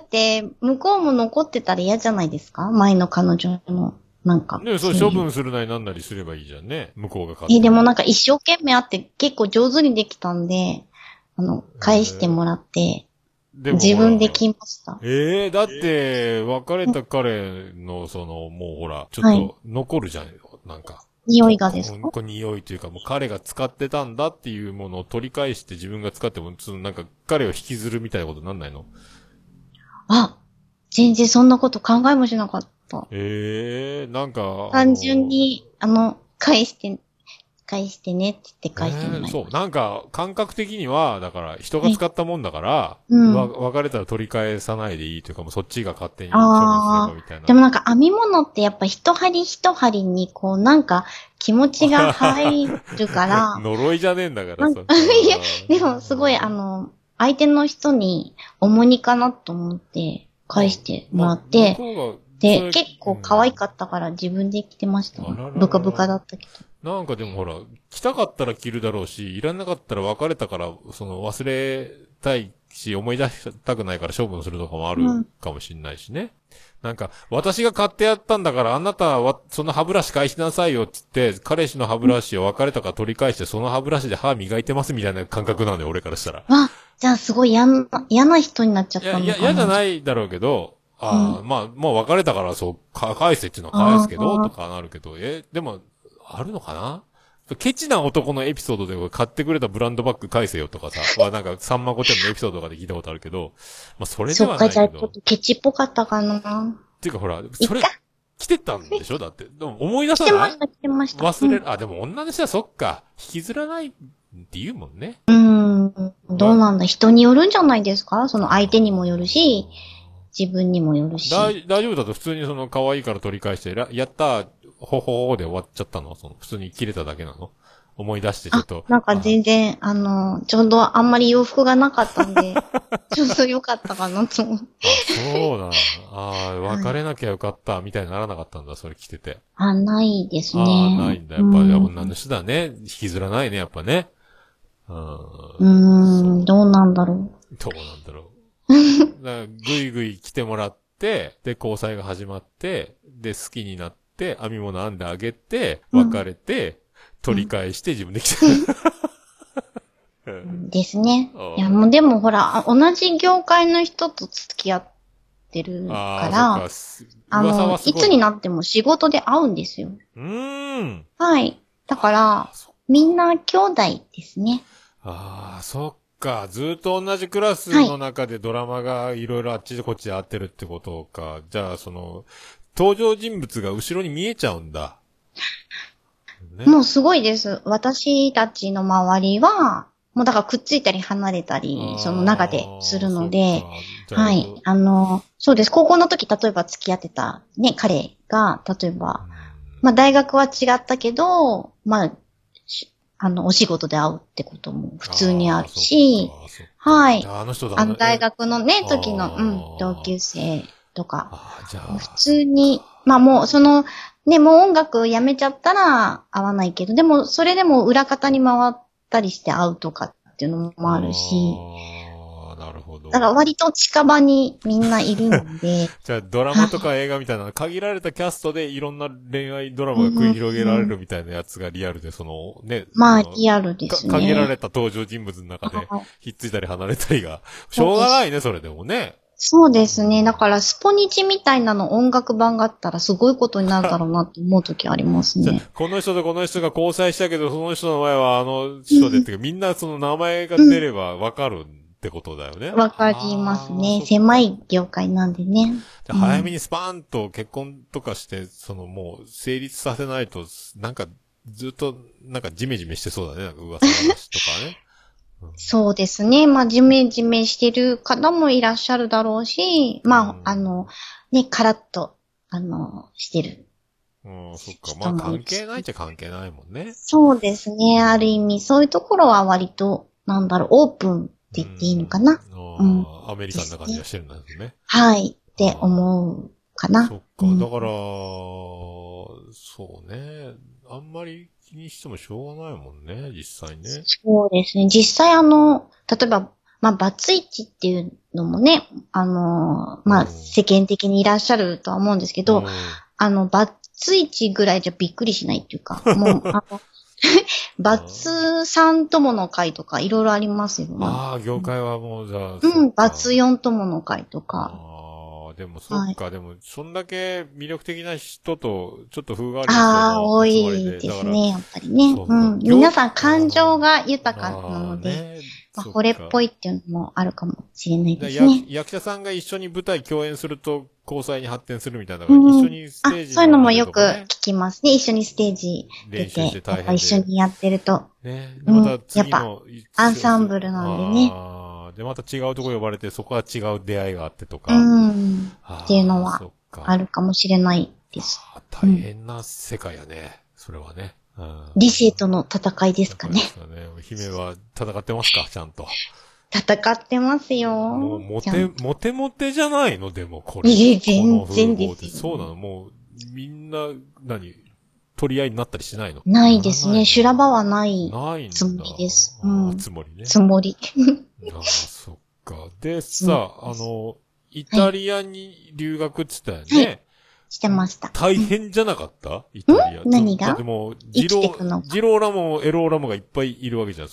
向こうも残ってたら嫌じゃないですか？前の彼女の、なんか。 ね、そう処分するなりなんなりすればいいじゃんね。向こうが買って。 でもなんか一生懸命あって結構上手にできたんで、返してもらって、自分で着ました。 だって、別れた彼の、もうほら、ちょっと、残るじゃんよ、なんか。 匂いがですか？ 匂いというか、もう彼が使ってたんだっていうものを取り返して自分が使っても、なんか、彼を引きずるみたいなことなんないの？ 全然そんなこと考えもしなかった。 なんか。 単純に、返してねって言って返してもらいました。 そう。なんか、感覚的には、だから、人が使ったもんだから、別れたら取り返さないでいいというか、もうそっちが勝手に処分すればみたいな。 でもなんか編み物ってやっぱ一針一針にこうなんか気持ちが入るから。 呪いじゃねえんだからさ。 いや、でもすごい相手の人に重荷かなと思って返してもらって、で、結構可愛かったから自分で着てました。ブカブカだったけど。 なんかでもほら、着たかったら着るだろうし、いらなかったら別れたから、忘れたいし、思い出したくないから処分するとかもあるかもしんないしね。なんか、私が買ってやったんだから、あなたは、その歯ブラシ返しなさいよって言って、彼氏の歯ブラシを別れたから取り返して、その歯ブラシで歯磨いてますみたいな感覚なんだよ、俺からしたら。 じゃあすごい嫌な人になっちゃったのかな。 いや、嫌じゃないだろうけど、まあ、もう別れたからそう、返せっていうのは返すけど、とかなるけど、でも、あるのかな？ケチな男のエピソードで買ってくれたブランドバッグ返せよとかさ、なんかさんま御殿のエピソードとかで聞いたことあるけど、まあそれではないけど。 そっか、じゃあちょっとケチっぽかったかな。 っていうかほら、それ、着てたんでしょ？だって。でも思い出さない？ 着てました。 忘れる。でも女の人はそっか、引きずらないって言うもんね。 どうなんだ？人によるんじゃないですか？その相手にもよるし、自分にもよるし。 大丈夫だと普通に可愛いから取り返して、やったー、ほほほで終わっちゃったの？普通に切れただけなの？思い出してちょっと。 なんか全然、ちょうどあんまり洋服がなかったんで、ちょうど良かったかなと思って。 そうだ。別れなきゃよかった、みたいにならなかったんだ、それ着てて。 ないですね。 ないんだ。やっぱり女の人だね。引きずらないね、やっぱね。 どうなんだろう。 どうなんだろう。ぐいぐい来てもらって、で、交際が始まって、で、好きになって、編み物編んであげて、別れて、取り返して自分で着てですね。いや、もうでもほら、同じ業界の人と付き合ってるから、いつになっても仕事で会うんですよ。はい。だから、みんな兄弟ですね。 そっか。ずっと同じクラスの中でドラマがいろいろあっちこっちで合ってるってことか。じゃあ、登場人物が後ろに見えちゃうんだ。 ね、もうすごいです。私たちの周りは、もうだからくっついたり離れたり、その中でするので、はい。そうです。高校の時、例えば付き合ってたね、彼が、例えば、まあ大学は違ったけど、まあ、お仕事で会うってことも普通にあるし、はい。大学のね、時の、同級生とか、普通に、まあもうね、もう音楽やめちゃったら会わないけど、でもそれでも裏方に回ったりして会うとかっていうのもあるし、 なるほど。 だから割と近場にみんないるので。 じゃあドラマとか映画みたいな限られたキャストでいろんな恋愛ドラマが繰り広げられるみたいなやつがリアルで、ね。 まあリアルですね。 限られた登場人物の中でひっついたり離れたりが、しょうがないね、それでもね。 そうですね。だからスポニチみたいなの音楽版があったらすごいことになるだろうなって思うときありますね。 この人とこの人が交際したけど、その人の前はあの人でっていうか、みんなその名前が出ればわかるっってことだよね。 わかりますね。狭い業界なんでね。 で早めにスパーンと結婚とかして、もう成立させないと、なんかずっと、なんかジメジメしてそうだね。なんか噂話とかね。 そうですね。まあ、ジメジメしてる方もいらっしゃるだろうし、まあ、ね、カラッと、してる。 そっか。まあ、関係ないっちゃ関係ないもんね。 そうですね。ある意味、そういうところは割と、オープンって言っていいのかな。 アメリカンな感じがしてるんだよね。 はい。って思うかな。 そっか。だから、そうね。あんまり気にしてもしょうがないもんね、実際ね。 そうですね。実際例えば、まあ、バツイチっていうのもね、まあ、世間的にいらっしゃるとは思うんですけど、バツイチぐらいじゃびっくりしないっていうか、もう、バツ3友の会とかいろいろありますよね。 ああ、業界はもうじゃあ。 バツ4友の会とか。 でもそっか、でも、そんだけ魅力的な人と、ちょっと風がある人も多いですね、やっぱりね。皆さん感情が豊かなので、まあ、惚れっぽいっていうのもあるかもしれないですね。 役者さんが一緒に舞台共演すると、交際に発展するみたいなのが、一緒にステージ、 そういうのもよく聞きますね。一緒にステージ出て、やっぱ一緒にやってると。 ね。で、また次の、 やっぱ、アンサンブルなんでね。 で、また違うとこ呼ばれて、そこは違う出会いがあってとか。 っていうのは、あるかもしれないです。 大変な世界やね。それはね。 理性との戦いですかね。 姫は戦ってますかちゃんと。 戦ってますよ。 もう、モテじゃないのでも、これ。 全然ですよ。 そうなのもう、みんな、取り合いになったりしないのないですね。修羅場はないつもりです。 つもりね。 つもり。 そっか。でさ、イタリアに留学って言ったよね。 してました。 大変じゃなかったイタリア。 何が？ でも、ジローラモ、エローラモがいっぱいいるわけじゃん、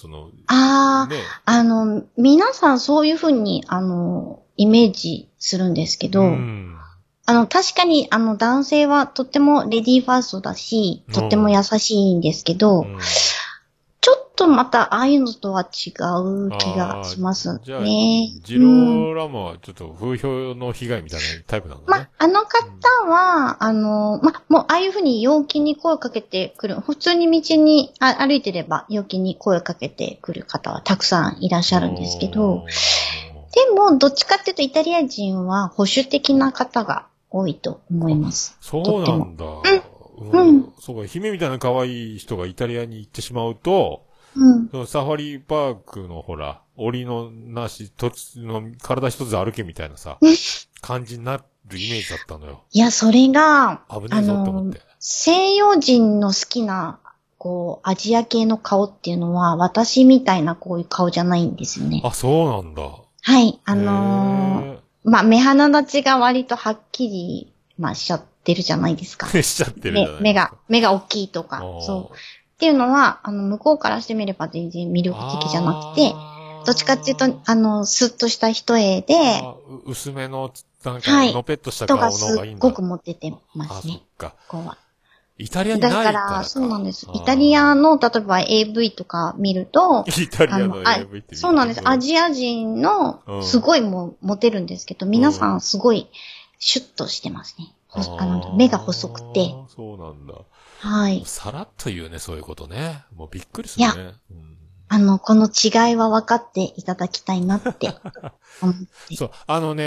皆さんそういうふうに、イメージするんですけど、確かに、男性はとってもレディーファーストだし、とっても優しいんですけど、ちょっとまた、ああいうのとは違う気がしますね。 じゃあ、ジローラモはちょっと風評の被害みたいなタイプなんだね。 あの方は、もう、ああいうふうに陽気に声をかけてくる、普通に道に歩いてれば陽気に声をかけてくる方はたくさんいらっしゃるんですけど、でも、どっちかっていうとイタリア人は保守的な方が多いと思います。 そうなんだ。そうか、姫みたいな可愛い人がイタリアに行ってしまうと、サファリパークのほら、檻のなし、体一つ歩けみたいなさ、感じになるイメージだったのよ。 いや、それが、 危ねえぞって思って。 西洋人の好きな、アジア系の顔っていうのは、私みたいなこういう顔じゃないんですよね。 あ、そうなんだ。 はい、目鼻立ちが割とはっきり、しちゃってるじゃないですか。 しちゃってるじゃないですか。 目が大きいとか、そう。っていうのは、向こうからしてみれば全然魅力的じゃなくて、どっちかっていうと、スッとした人で、 薄めの、のぺっとした顔の方がいいんだ。 人がすっごくモテてますね。 そっか。 ここは。 イタリアにないからか。 そうなんです。イタリアの、例えば AV とか見ると、 イタリアの AV って見るそうなんです。アジア人の、すごいモテるんですけど、皆さんすごい、シュッとしてますね。目が細くて。 そうなんだ。 はい。 さらっと言うね、そういうことね。もうびっくりするね。 この違いは分かっていただきたいなって思って。 そう。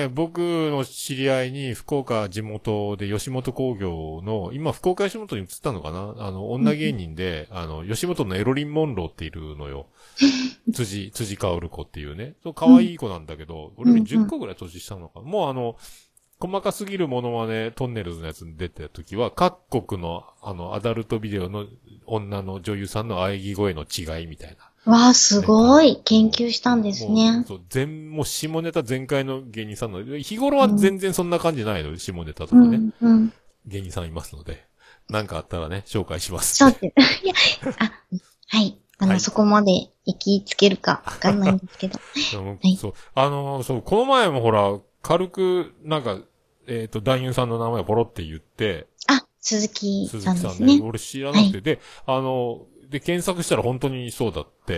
僕の知り合いに福岡地元で吉本興業の、今福岡吉本に移ったのかな女芸人で、吉本のエロリン・モンローっているのよ。辻薫子っていうね。そう、可愛い子なんだけど、俺より10個ぐらい年下なのかな。もう細かすぎるモノマネトンネルズのやつに出てた時は、各国のアダルトビデオの女の女優さんの喘ぎ声の違いみたいな。 わあ、すごい。研究したんですね。 そう、もう下ネタ全開の芸人さんの、日頃は全然そんな感じないの、下ネタとかね。芸人さんいますので、なんかあったらね、紹介します。 そうです。いや、はい。そこまで行きつけるかわかんないんですけど。 はい、そう、そう、この前もほら、軽く、男優さんの名前をポロって言って、 鈴木さんですね。 俺知らなくて、はい、で、検索したら本当にそうだって、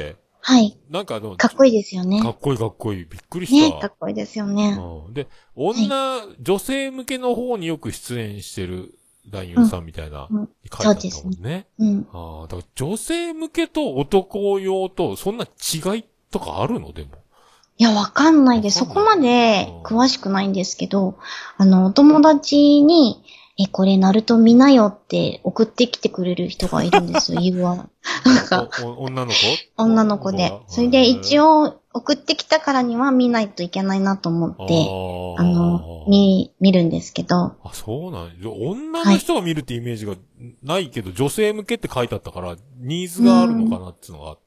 はい。 なんかかっこいいですよね。 かっこいいかっこいい。びっくりした。 ね、かっこいいですよね。 うん。で、 はい。 女性向けの方によく出演してる男優うん。 さんみたいな、 うん。 書いてあっそうですね。 たもんね。 うん。 ああ、だから女性向けと男用と、そんな違いとかあるのでも。 いや、わかんないです。 わかんない。 そこまでうん。 詳しくないんですけど、お友達に、これ、ナルト見なよって送ってきてくれる人がいるんですよ、言うわ。なんか、 女の子女の子で。 子がそれでへえ。 一応、送ってきたからには見ないといけないなと思っあて、 あ。 見るんですけど、 あ、そうなん女はい。 の人が見るってイメージがないけど、女性向けって書いてあったから、ニーズうがあるのかん。 なっていうのがあって、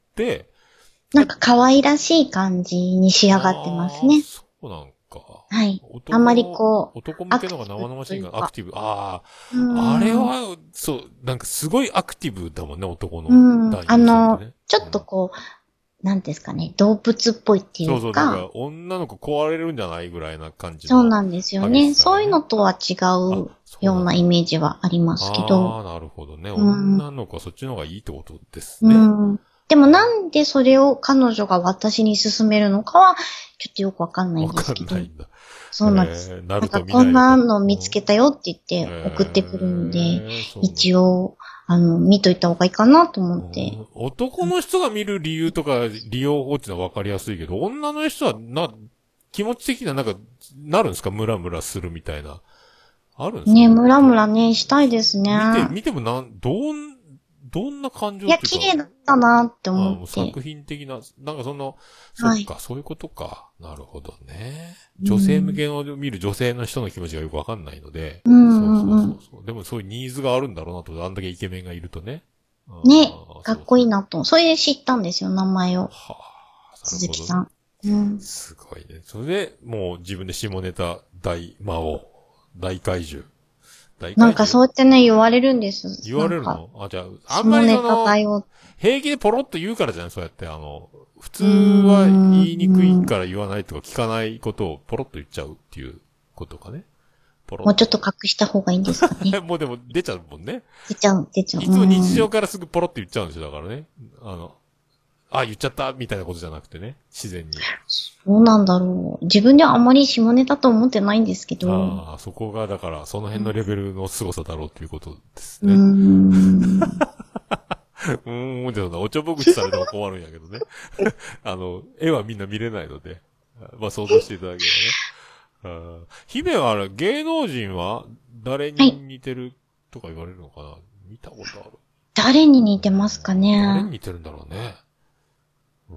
なんか可愛らしい感じに仕上がってますああ、 ね。 そうなんか。 はい。あんまり男向アけのがクティブ生々しいか、アというか。 クティブ。あうあ、あれーん。 は、そう、なんかすごいアクティブだもんね、男うのん。 男優さんってね。 ちょっとうん。 なんですかね、動物っぽいっていそうそう、なんうか、 か女の子壊れるんじゃないぐらいな感じのそうなんですよ激しね。そういうさがね。 のとは違あ、 うそうなんだ。 ようなイメージはありますけど、 ああ、なるほどね。 うん。 女の子はそっちの方がいいってことですうね。 ん。でもなんでそれを彼女が私に勧めるのかは、ちょっとよくわかんないんでわかすけど、 んないんだ。 そうなんです。 ナルト見なんかこんないでと。 なの見つうん。 けたよって言って送ってくるんで、 そうなんだ。 一応、見といた方がいいかなと思って。 男の人が見る理由とか利用法っていうのは分かりやすいけど、女の人は気持ち的ななんか、なるんですかムラムラするみたいな。あるんですかね、ムラムラね、したいですね。 見てもどんな感いや、 情っていうか、 綺麗だったなって思もうって。 作品的な、なんかそはい。 っか、そういうことか。なるほどね。 う女性向ん。 けの見る女性の人の気持ちがよくわかんないので、 うそうんうんうん。 そうそうそう。でもそういうニーズがあるんだろうなと、あんだけイケメンがいるとね。あね、 あ、 かっそうそう。 こいいなと。それで知ったんですよ、名前を。 はあ、なるほどね。 鈴木さん。うん。 すごいね。それで、もう自分で下ネタ大魔王、大怪獣。大なんか怪獣そうやってね、言われるんです。 言わなんか、 れるのあ、じゃあ、あんまり下ネタだよ。 平気でポロッと言うからじゃないそうやって、普通うーは言いにくいん。 から言わないとか聞かないことをポロッと言っちゃうっていうことかね。ポロッもうちょっとと。 隠した方がいいんですかね。 もうでも出ちゃうもんね。 出ちゃう、出ちゃう。ういつも日ーん。 常からすぐポロッと言っちゃうんですよ。だからね。言っちゃったみたいなことじゃなくてね。自然に。 そうなんだろう。自分ではあまり下ネタと思ってないんですけど。 ああ、そこがだから、その辺のレベルの凄さだろうということですうーね。 ん。 じゃあ、おちょぼ口されても困るんやけどね。絵はみんな見れないので、まあ想像していただければね。姫は芸能人は誰にはい。 似てるとか言われるのかな見たことある。 誰に似てますか誰にね。 似てるんだろうね。うん、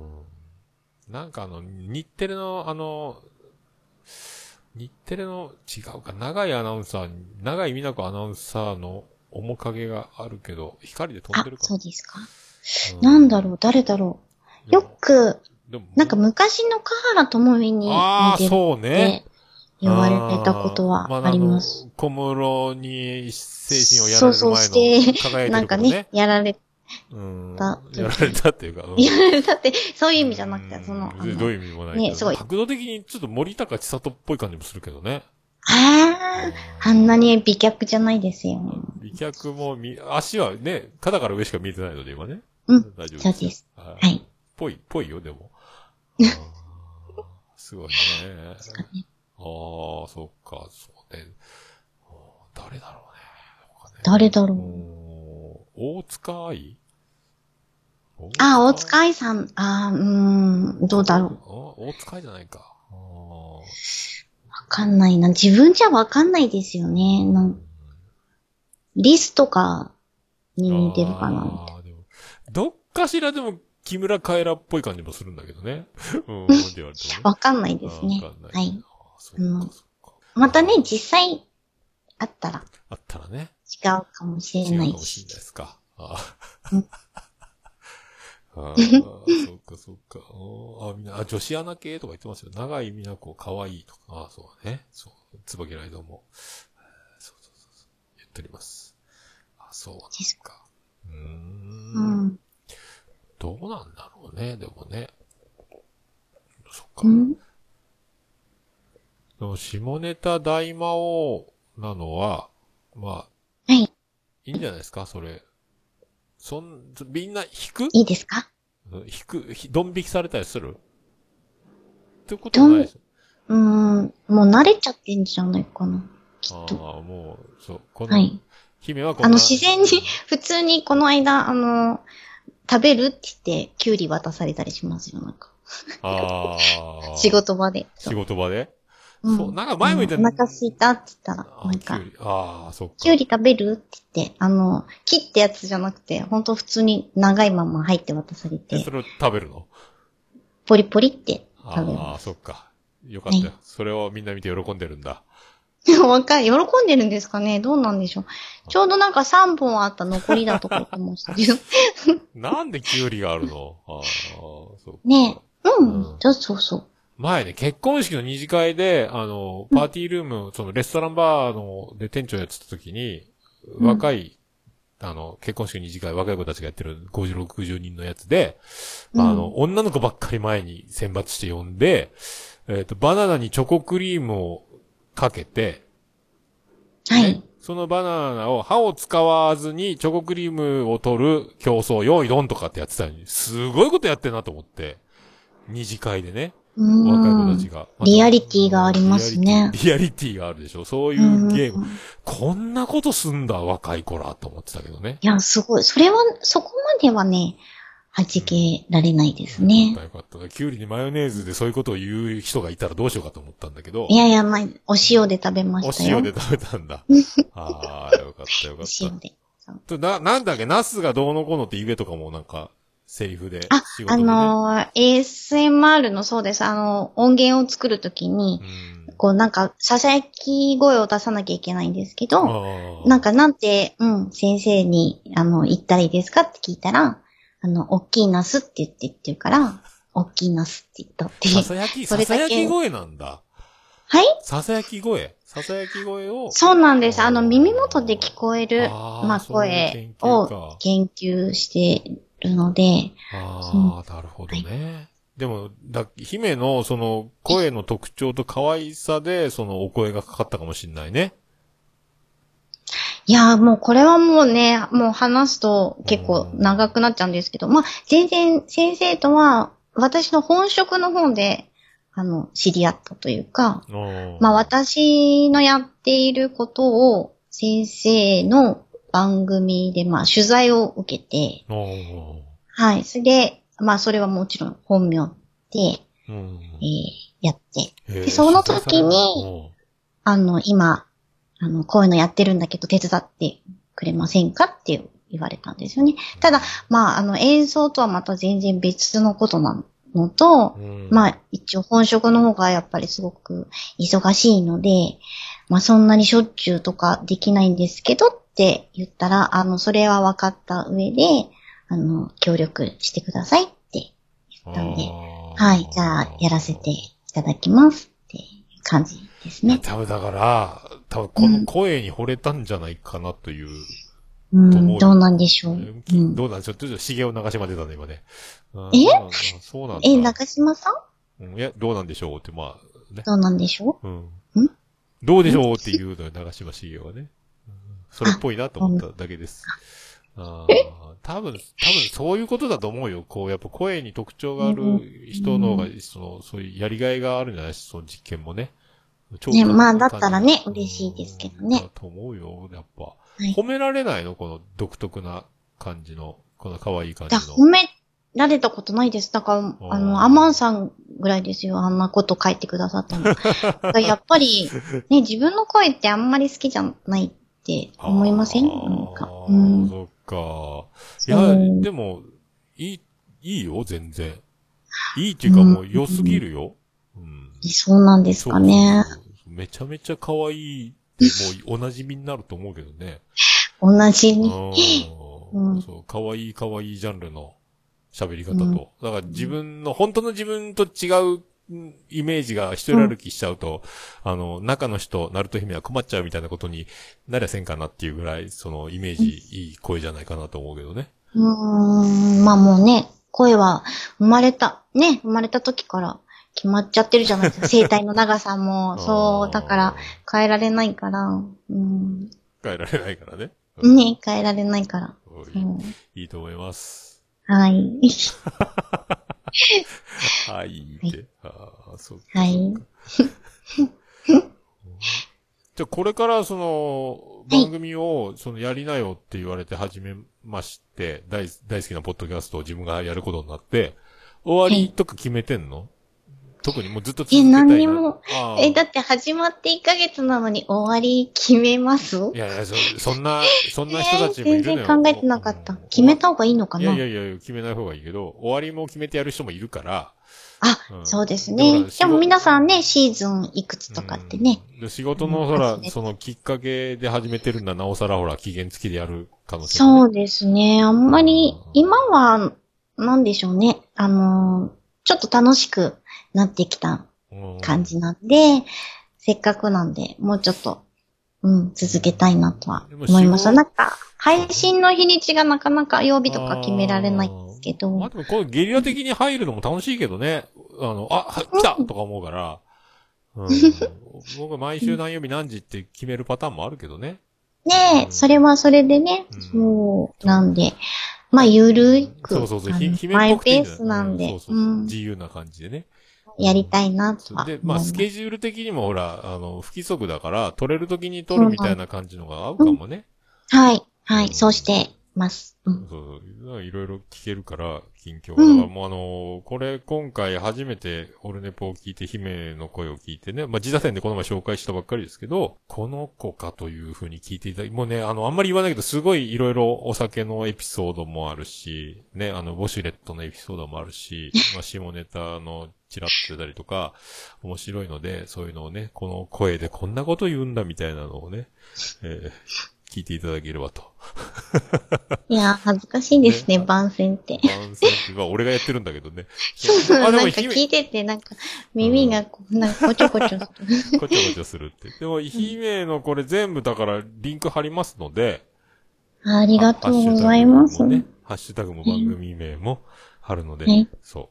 なんか日テレの日テレの違うか、長井美奈子アナウンサーの面影があるけど、光で飛んあ、 でるかそうですか。 な。 なんだろう、誰だろう。よでも、 く、 でもなんか昔の香原朋美に似てるっそうね。 て言われたことはあります。 小室に精神をやられるそうそう前のして、 輝いてなんかね、 ることね。 やられうん。 たやられ時。 たっていうか、 やられたって、そういう意味じゃなくて、 どういう意味もないけね、 どね。 すごい。 角度的にちょっと森高千里っぽい感じもするけどね。 ああ、あんなに美脚じゃないですよ。 美脚も足はね、肩から上しか見えてないので今ね。 うん、 大丈夫ですよ。 そうです。 はい。 はい。 ぽいよ、でも。あーすごいね。 ですかね。 ああ、そっか、そうね。誰だろうね。他ね。 誰だろう。 大塚愛ああ、大愛塚愛さん。ああ、どうだろう。 大塚愛じゃないか。 わかんないな。自分じゃわかんないですよね。リスとかに似てるかな、みたいでも、どっかしらでも木村カエラっぽい感じもするんだけどね。って言われてもね。 な。わかんないですね。 わかんない。 はい。 そっか、そっか。 またね、実際あったらあったらね。 違うかもしれ違うないし。 かもしれないですか。 うん、 そっかそっか。みんな、女子アナ系とか言ってますよ。長井美奈子可愛いとか。そうね。そう。椿ライドも。そう。言っております。そうなんですか。 か。 うん。 どうなんだろうね、でもね。そっか。 うん。 でも下ネタ大魔王なのは、まあ、 はい。 いいんじゃないですか、それ。みんな引くいいですか？ ドン引きされたりするってことないですよ。 もう慣れちゃってんじゃないかな。きっと。 ああ、もう、そう、 はい。 姫はこんな。 自然に、普通にこの間、食べるって言って、キュウリ渡されたりしますよ、なんか。 ああ。 仕事場で。 仕事場でそう、 うん。 なんか前も言ったお腹すいたって言ったら、なんか、 キュウリ。ああ、そっか。 キュウリ食べるって言って、切ったやつじゃなくて、ほんと普通に長いまま入って渡されて、 それを食べるのポリポリって食べる。 ああ、そっか。よかったよ。 はい、 それをみんな見て喜んでるんだ。 喜んでるんですかね、どうなんでしょう。ちょうどなんか3本あった残りだとか言ってましたけど。 なんでキュウリがあるのああ、そっか。 ねえ。うん。 うんそうそう。 前ね、結婚式の二次会で、パーティールーム、そのレストランバーの、で店長やってた時に、若い、結婚式二次会、若い子たちがやってる50、60人のやつで、女の子ばっかり前に選抜して呼んで、バナナにチョコクリームをかけて、 はい。 そのバナナを歯を使わずにチョコクリームを取る競争、用意ドンとかってやってたのに、すごいことやってんなと思って、二次会でね。若い子たちが。 リアリティがありますね。 リアリティがあるでしょ。そういうゲーム。こんなことすんだ、若い子ら、と思ってたけどね。 いや、すごい。そこまではね、弾けられないですね。 よかった。キュウリにマヨネーズでそういうことを言う人がいたらどうしようかと思ったんだけど。 いや、お塩で食べましたよ。 お塩で食べたんだ。ああ、よかった。お塩で。 なんだっけ、ナスがどうのこうのって言えとかもなんか、セリフで。仕事で、ね。 ASMR のそうです。音源を作るときに、なんか、囁き声を出さなきゃいけないんですけど、なんて、先生に、言ったらいいですかって聞いたら、おっきいナスって言ってるから、おっきいナスって言ったっていう。 囁き声なんだ。 はい囁き声を。 そうなんです。耳元で聞こえる、声を研究してるので。 ああ、なるほどね。はい、でも、姫のその声の特徴と可愛さで、そのお声がかかったかもしれないね。 いやもうこれはもうね、もう話すと結構長くなっちゃうんですけど、全然先生とは私の本職の方で、知り合ったというか、私のやっていることを先生の番組で取材を受けて、はい。それで、それはもちろん本名で、やって、で、その時に、今、こういうのやってるんだけど手伝ってくれませんかって言われたんですよね。ただ、演奏とはまた全然別のことなのと、一応本職の方がやっぱりすごく忙しいので、そんなにしょっちゅうとかできないんですけどって言ったら、それは分かった上で、協力してくださいって言ったんで、はい、じゃあやらせていただきますっていう感じですね。 多分だから、この声に惚れたんじゃないかなという。 どうなんでしょう。 どうなんでしょう。ちょっと茂雄長島出たね、今ね。そうなんだ。 長島さんいや、どうなんでしょうって、 ね。どうなんでしょうどうでしょうっていうのよ、長島茂雄はね。それっぽいなと思っただけです。多分そういうことだと思うよ。やっぱ声に特徴がある人の方が、そういうやりがいがあるんじゃないし、その実験もね。 ね、だったらね、嬉しいですけどね。 だと思うよ、やっぱ。褒められないのこの独特な感じの、この可愛い感じの。 褒められたことないです。だから、アマンさんぐらいですよ。あんなこと書いてくださったの。やっぱり、ね、自分の声ってあんまり好きじゃないって思いません？なんか。 そっか。いや、でも、いいよ、全然。いいっていうかもう良すぎるよ。 そうなんですかね。 めちゃめちゃ可愛いってもうお馴染みになると思うけどね。 お馴染み。 そう、可愛いジャンルの喋り方と。だから本当の自分と違うイメージが一人歩きしちゃうと、中の人、ナルト姫は困っちゃうみたいなことになりゃせんかなっていうぐらい、そのイメージいい声じゃないかなと思うけどね。 もうね、声は生まれた時から決まっちゃってるじゃないですか。声帯の長さも、そう、だから変えられないから、 変えられないからね。 ね、変えられないから。 いいと思います。 はい。 はい、って。ああ、そうか。 はい。 じゃあこれからそのはい。 番組をそのやりなよって言われて始めまして、大好きなポッドキャストを自分がやることになって、終わはい。 りとか決めてんの？特にもうずっと続け何たいな。 にも、 ああ。 だって始まって1ヶ月なのに終わり決めます？ いやいや、そんな人たちもい全るのよ。 然考えてなかった。決終わ、 めた方がいいのかいやいな？ やいや、決めない方がいいけど、終わりも決めてやる人もいるから、 あ、 うそうですん。で、ほら、 ね。でも皆さんね、シーズンいくつうとかってね、 ん。で、仕事のほら、 始めて。 そのきっかけで始めてるんだ、なおさらほら、期限付きでやる可能性もね。 そうですね。あんうまり、 ん。 今は、なんでしょうね。ちょっと楽しくなってきたうん。 感じなんで、せっかくなんで、もうちょっと、続けたいなとはでも思います。なんか、配そうね。 信の日にちがなかなか曜日とか決められないんでああ。 すけど、 まあでも、このゲリラ的に入るのも楽しいけどね。来たうん。 とか思うから。うん。僕は毎週何曜日何時って決めるパターンもあるけどね。うねえ、それん。 はそれでね、 うん。 そう、 そう。 なんで、まあ、ゆるく、 そうそうそう、姫っマイぽくていいんだよ。 ペースなうん、そうんで、 そうそう。自由な感じでね。うやりん。 たいなとはで、まあ、ス思います。 ケジュール的にもほら、不規則だから、取れる時に取るみたいそうなんです。 な感じのが合ううん。 かもね。 はい、 うはい、そうしん。 てます。うん。 そうそう。いろいろ聞けるから、近況が。だからうん。 もうこれ今回初めてオルネポを聞いて、姫の声を聞いてね、まあ、自他戦でこの前紹介したばっかりですけど、この子かという風に聞いていただき、もうね、あんまり言わないけど、すごいいろいろお酒のエピソードもあるし、ね、ウォシュレットのエピソードもあるし、まあ、下ネタのチラッと出たりとか、面白いので、そういうのをね、この声でこんなこと言うんだみたいなのをね、聞いていただければと。 いや、恥ずかしいですね。 ね、番宣って。 番宣って、まあ俺がやってるんだけどね。そう。 そう、 でなんかも姫、 聞いてて、なんかうん。 耳がなんかこちょこちょする。 こちょこちょするって。でも、 うん、 姫のこれ全部だからリンク貼りますので、 ありがハッとうございシュタグます。はもね、ハッシュタグも番組名も貼るので、 い、 そう。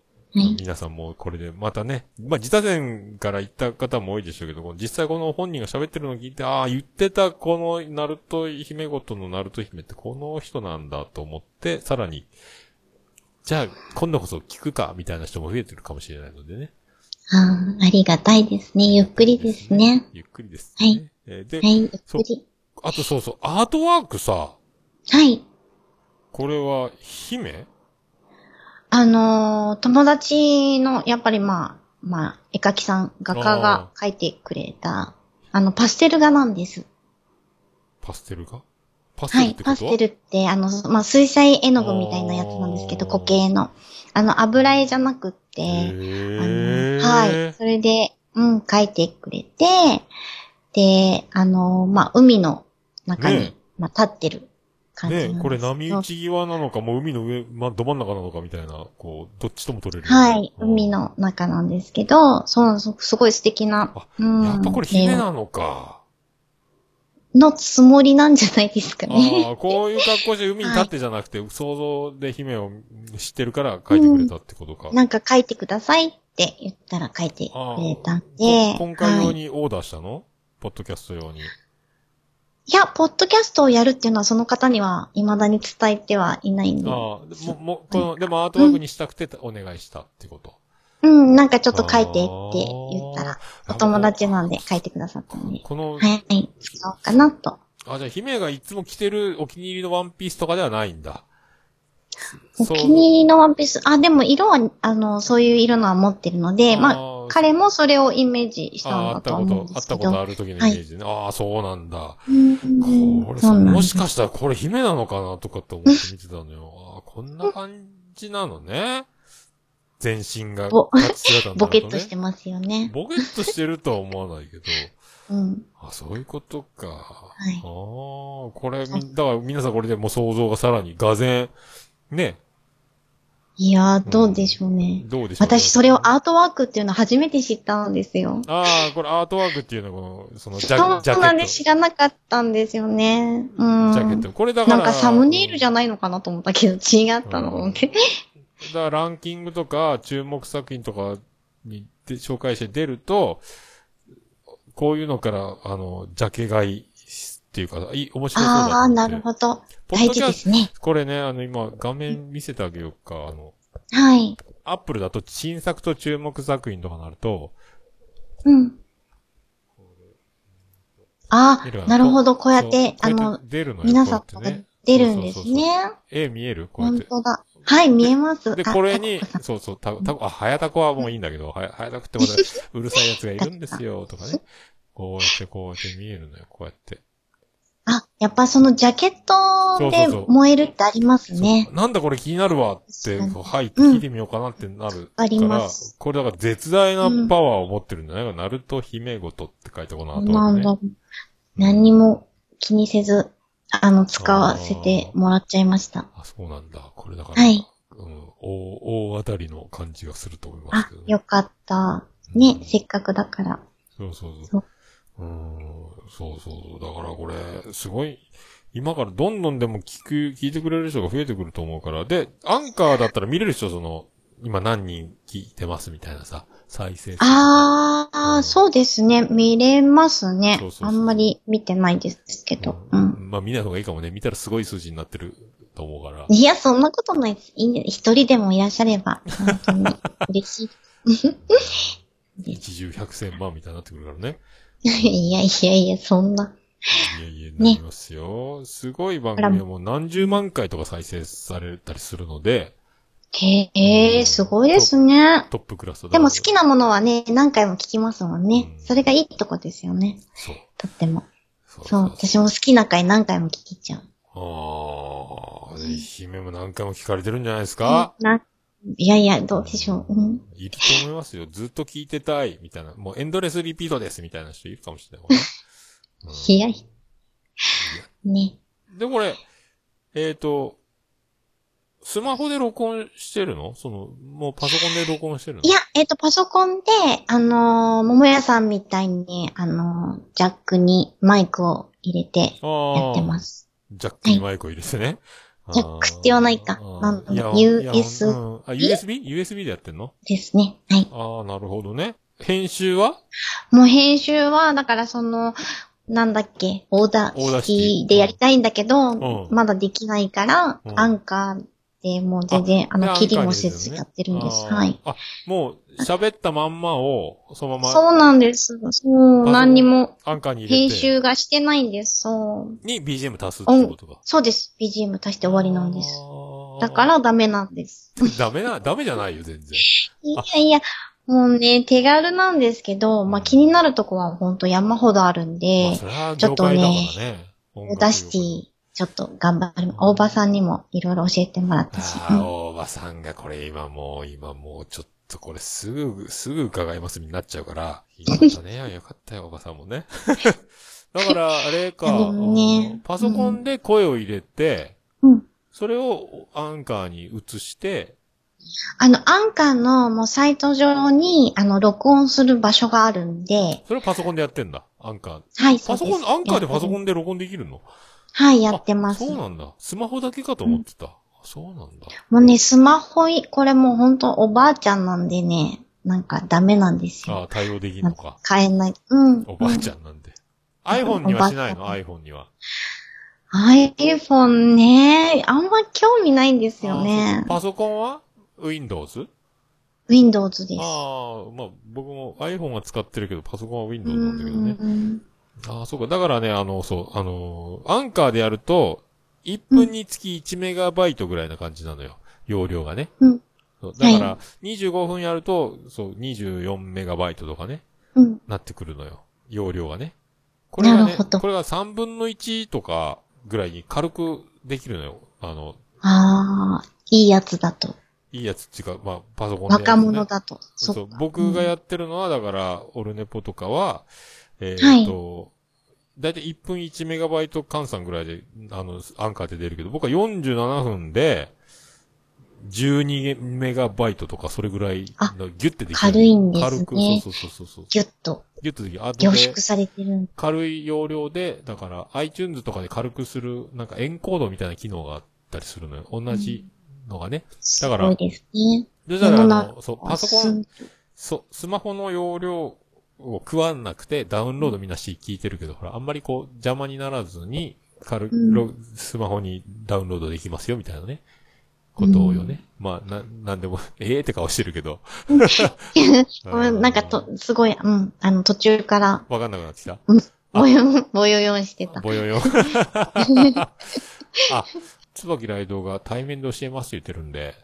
はい。 皆さんもこれでまたね、まあ、自他戦から行った方も多いでしょうけど、実際この本人が喋ってるのを聞いて、ああ、言ってたこのナルト姫ごとのナルト姫ってこの人なんだと思って、さらに、じゃあ今度こそ聞くか、みたいな人も増えてるかもしれないのでね。 ありがたいですね。 ありがたいゆっくりですね。 ですね。 ゆっくりですはい、 ね。で、 はい、ゆっそう、 くり。 あとそうそう、アートワークさ、 はい。 これは姫？ 友達の、やっぱり絵描きさん、画家がああ、 描いてくれた、パステル画なんです。 パステルがパステルっはい。 てことは？ パステルって、水彩絵あの具みたいなやつなんですけど、固あ、 形の。油絵じゃなくって、はい。 へえ。 それで、描いてくれて、で、海の中に、 ね立ってるえ。ねえ、 感じなんこれですけど、 波打ち際なのか、もう海の上、ど真ん中なのかみたいな、こう、どっちとも取れるような。 はい。海の中なんですけど、そうなんです。すごい素敵な、 あ、やっぱこれ絵を姫なのか。 のつもりなんじゃないですかああ、 ね。 こういう格好して海に立はい。 ってじゃなくて、想像で姫を知ってるから書いてくうん。 れたってことか。 なんか書いてくださいって言ったら書いてくああ、 れたんで、 今回用はい。 にオーダーしたの？ポッドキャスト用に。 いや、ポッドキャストをやるっていうのはその方には未だに伝えてはいないんでああ、 す。 この、で何か。 もアートワークうん。 にしたくてお願いしたってこと。 うん、なんかちょっあと書いてって言ったら、 あ、 おやっぱ友達なんで書いてくださったんで、 この、 はい、使おうかなと。 じゃあ姫がいつも着てるお気に入りのワンピースとかではないんだ。 お気そう、 に入りのワンピース、でも色は、そういう色のは持ってるので、 ああ、 彼もそれをイメージしたんだとは思うんであったことすけど、 ある時のイはい。 メージね。ああ、そうなんだ。 うん、 これさ、 そうなもんです。 しかしたらこれ姫なのかなとかって思って見てたのよ。ああ、こんな感じなのね。全身がぼ、 立ち姿にボなるとね。 ケっとしてますよね。 ボケっとしてるとは思わないけど。 うん。 あ、そういうことか。 はい。 ああ、これそう。 だから皆さんこれでもう想像がさらに俄然、ね。 いやー、 うどうでしょうん。 ね。 どうでしょうね。 私、それをアートワークっていうの初めて知ったんですよ。 ああ、これアートワークっていうのはそのそうなんでジャケット。 知らなかったんですよね。うん。 ジャケット。これだから、 なんかサムうん。 ネイルじゃないのかなと思ったけど、違ったのうんで。 だからランキングとか注目作品とか紹介して出ると、こういうのから、ジャケ買いっていうか、面白そうだと思って。 ああ、なるほど。大事ですね。 これね、今、画面見せてあげようか。 はい。 アップルだと新作と注目作品とかなると、 うん。ああ、なるほど。こうやって、 出るのよ。 皆さんとか出るんですね。 見えるこうやって。 本当だ。はい、見えます。 で、これに、そうそう、はやたこはもういいんだけど、はやたこってまたうるさいやつがいるんですよ、とかね。こうやって見えるのよ、こうやって。 あ、やっぱそのジャケットで燃えるってありますね。 なんだこれ気になるわって、はい、聞いてみようかなってなるから、あります。これだから絶大なパワーを持ってるんじゃないかな。ナルト姫ごとって書いたこの後、ね。 なんだ。何にも気にせず、使わせてもらっちゃいました。 あ、そうなんだ。これだから、はい。大当たりの感じがすると思いますけど、ね。 あ、よかった。ね、せっかくだから。 そう。そう。だからこれ、すごい、今からどんどんでも聞いてくれる人が増えてくると思うから。で、アンカーだったら見れる人、今何人聞いてますみたいなさ、再生数。 そうですね。見れますね。そうあんまり見てないですけど。 まあ見ない方がいいかもね。見たらすごい数字になってると思うから。 いや、そんなことないです。いいんで、一人でもいらっしゃれば、本当に嬉しい。 一重百千万みたいになってくるからね。 いや、そんな。 なりますよ。すごい番組はもう何十万回とか再生されたりするので。 へえ、すごいですね。 トップクラスだ。 でも好きなものはね、何回も聞きますもんね。それがいいとこですよね。 そう。 とっても。そう。私も好きな回何回も聞いちゃう。 姫も何回も聞かれてるんじゃないですか？ いや、どうでしょう。 いると思いますよ。ずっと聞いてたい、みたいな。もうエンドレスリピートです、みたいな人いるかもしれない。 いや。ね。 で、これ、スマホで録音してるの？もうパソコンで録音してるの？ いや、パソコンで、桃屋さんみたいに、ジャックにマイクを入れてやってます。 ジャックにマイクを入れてね。 ジャック必要ないか。 USB でやってんの？ ですね。はい。 なるほどね。編集は？ もう編集は、だからなんだっけ、オーダー式でやりたいんだけど、まだできないから、アンカーでもう全然、切りもせずやってるんです。はい。 もう、喋ったまんまを、そのまま。 そうなんです。そう、何にも。 アンカーに入れて。 編集がしてないんです。そう。 に BGM 足すってことか。 そうです。BGM 足して終わりなんです。だからダメなんです。 ダメじゃないよ、全然。 いや、もうね、手軽なんですけど、まあ、気になるとこはほんと山ほどあるんで、ちょっとね、オーダーシティ、ちょっと頑張る。大場さんにもいろいろ教えてもらったし。 大場さんがこれ今もうちょっとこれすぐ伺いますになっちゃうから、よかったね。よかったよ、大場さんもね。だから、あれか、パソコンで声を入れて、それをアンカーに移して、 アンカーのもうサイト上に、録音する場所があるんで。 それをパソコンでやってんだ、アンカー。 はい、そうです。 アンカーでパソコンで録音できるの？ はい、やってます。 そうなんだ。スマホだけかと思ってた。そうなんだ。 もうね、スマホこれもうほんとおばあちゃんなんでね、なんかダメなんですよ。 対応できんのか。 買えない。 おばあちゃんなんで。iPhone にはしないの？ iPhone には。 iPhone ね、あんま興味ないんですよね。 パソコンは？Windows です。まあ、僕も iPhone は使ってるけど、パソコンは Windows なんだけどね。そうか。だからね、アンカーでやると、1分につき1メガバイトぐらいな感じなのよ。容量がね。だから、25分やると、24メガバイトとかね。なってくるのよ。容量がね。これがね、これが3分の1とかぐらいに軽くできるのよ。 いいやつだと。 いいやつっていうか、まあ、パソコンで、 若者だと。 そう。僕がやってるのは、だから、オルネポとかは、だいたい1分1メガバイト換算ぐらいで、アンカーで出るけど、僕は47分で、12メガバイトとか、それぐらいのギュッてできる。 軽いんですね。 軽く、そう。 ギュッと。 ギュッとできる。 凝縮されてる。 軽い容量で、だから、iTunes とかで軽くする、なんかエンコードみたいな機能があったりするのよ。同じのがね。だから、 そうですね。 だからパソコン、スマホの容量を食わなくてダウンロードみんなし聞いてるけど、ほら、あんまりこう邪魔にならずに、スマホにダウンロードできますよ、みたいなね。ことをよね。まあ、なんでも、って顔してるけど。 なんかすごい、途中から。 わかんなくなってきた。 ぼよよんしてた。 ぼよよん。あ、椿ライドが対面で教えますって言ってるんで。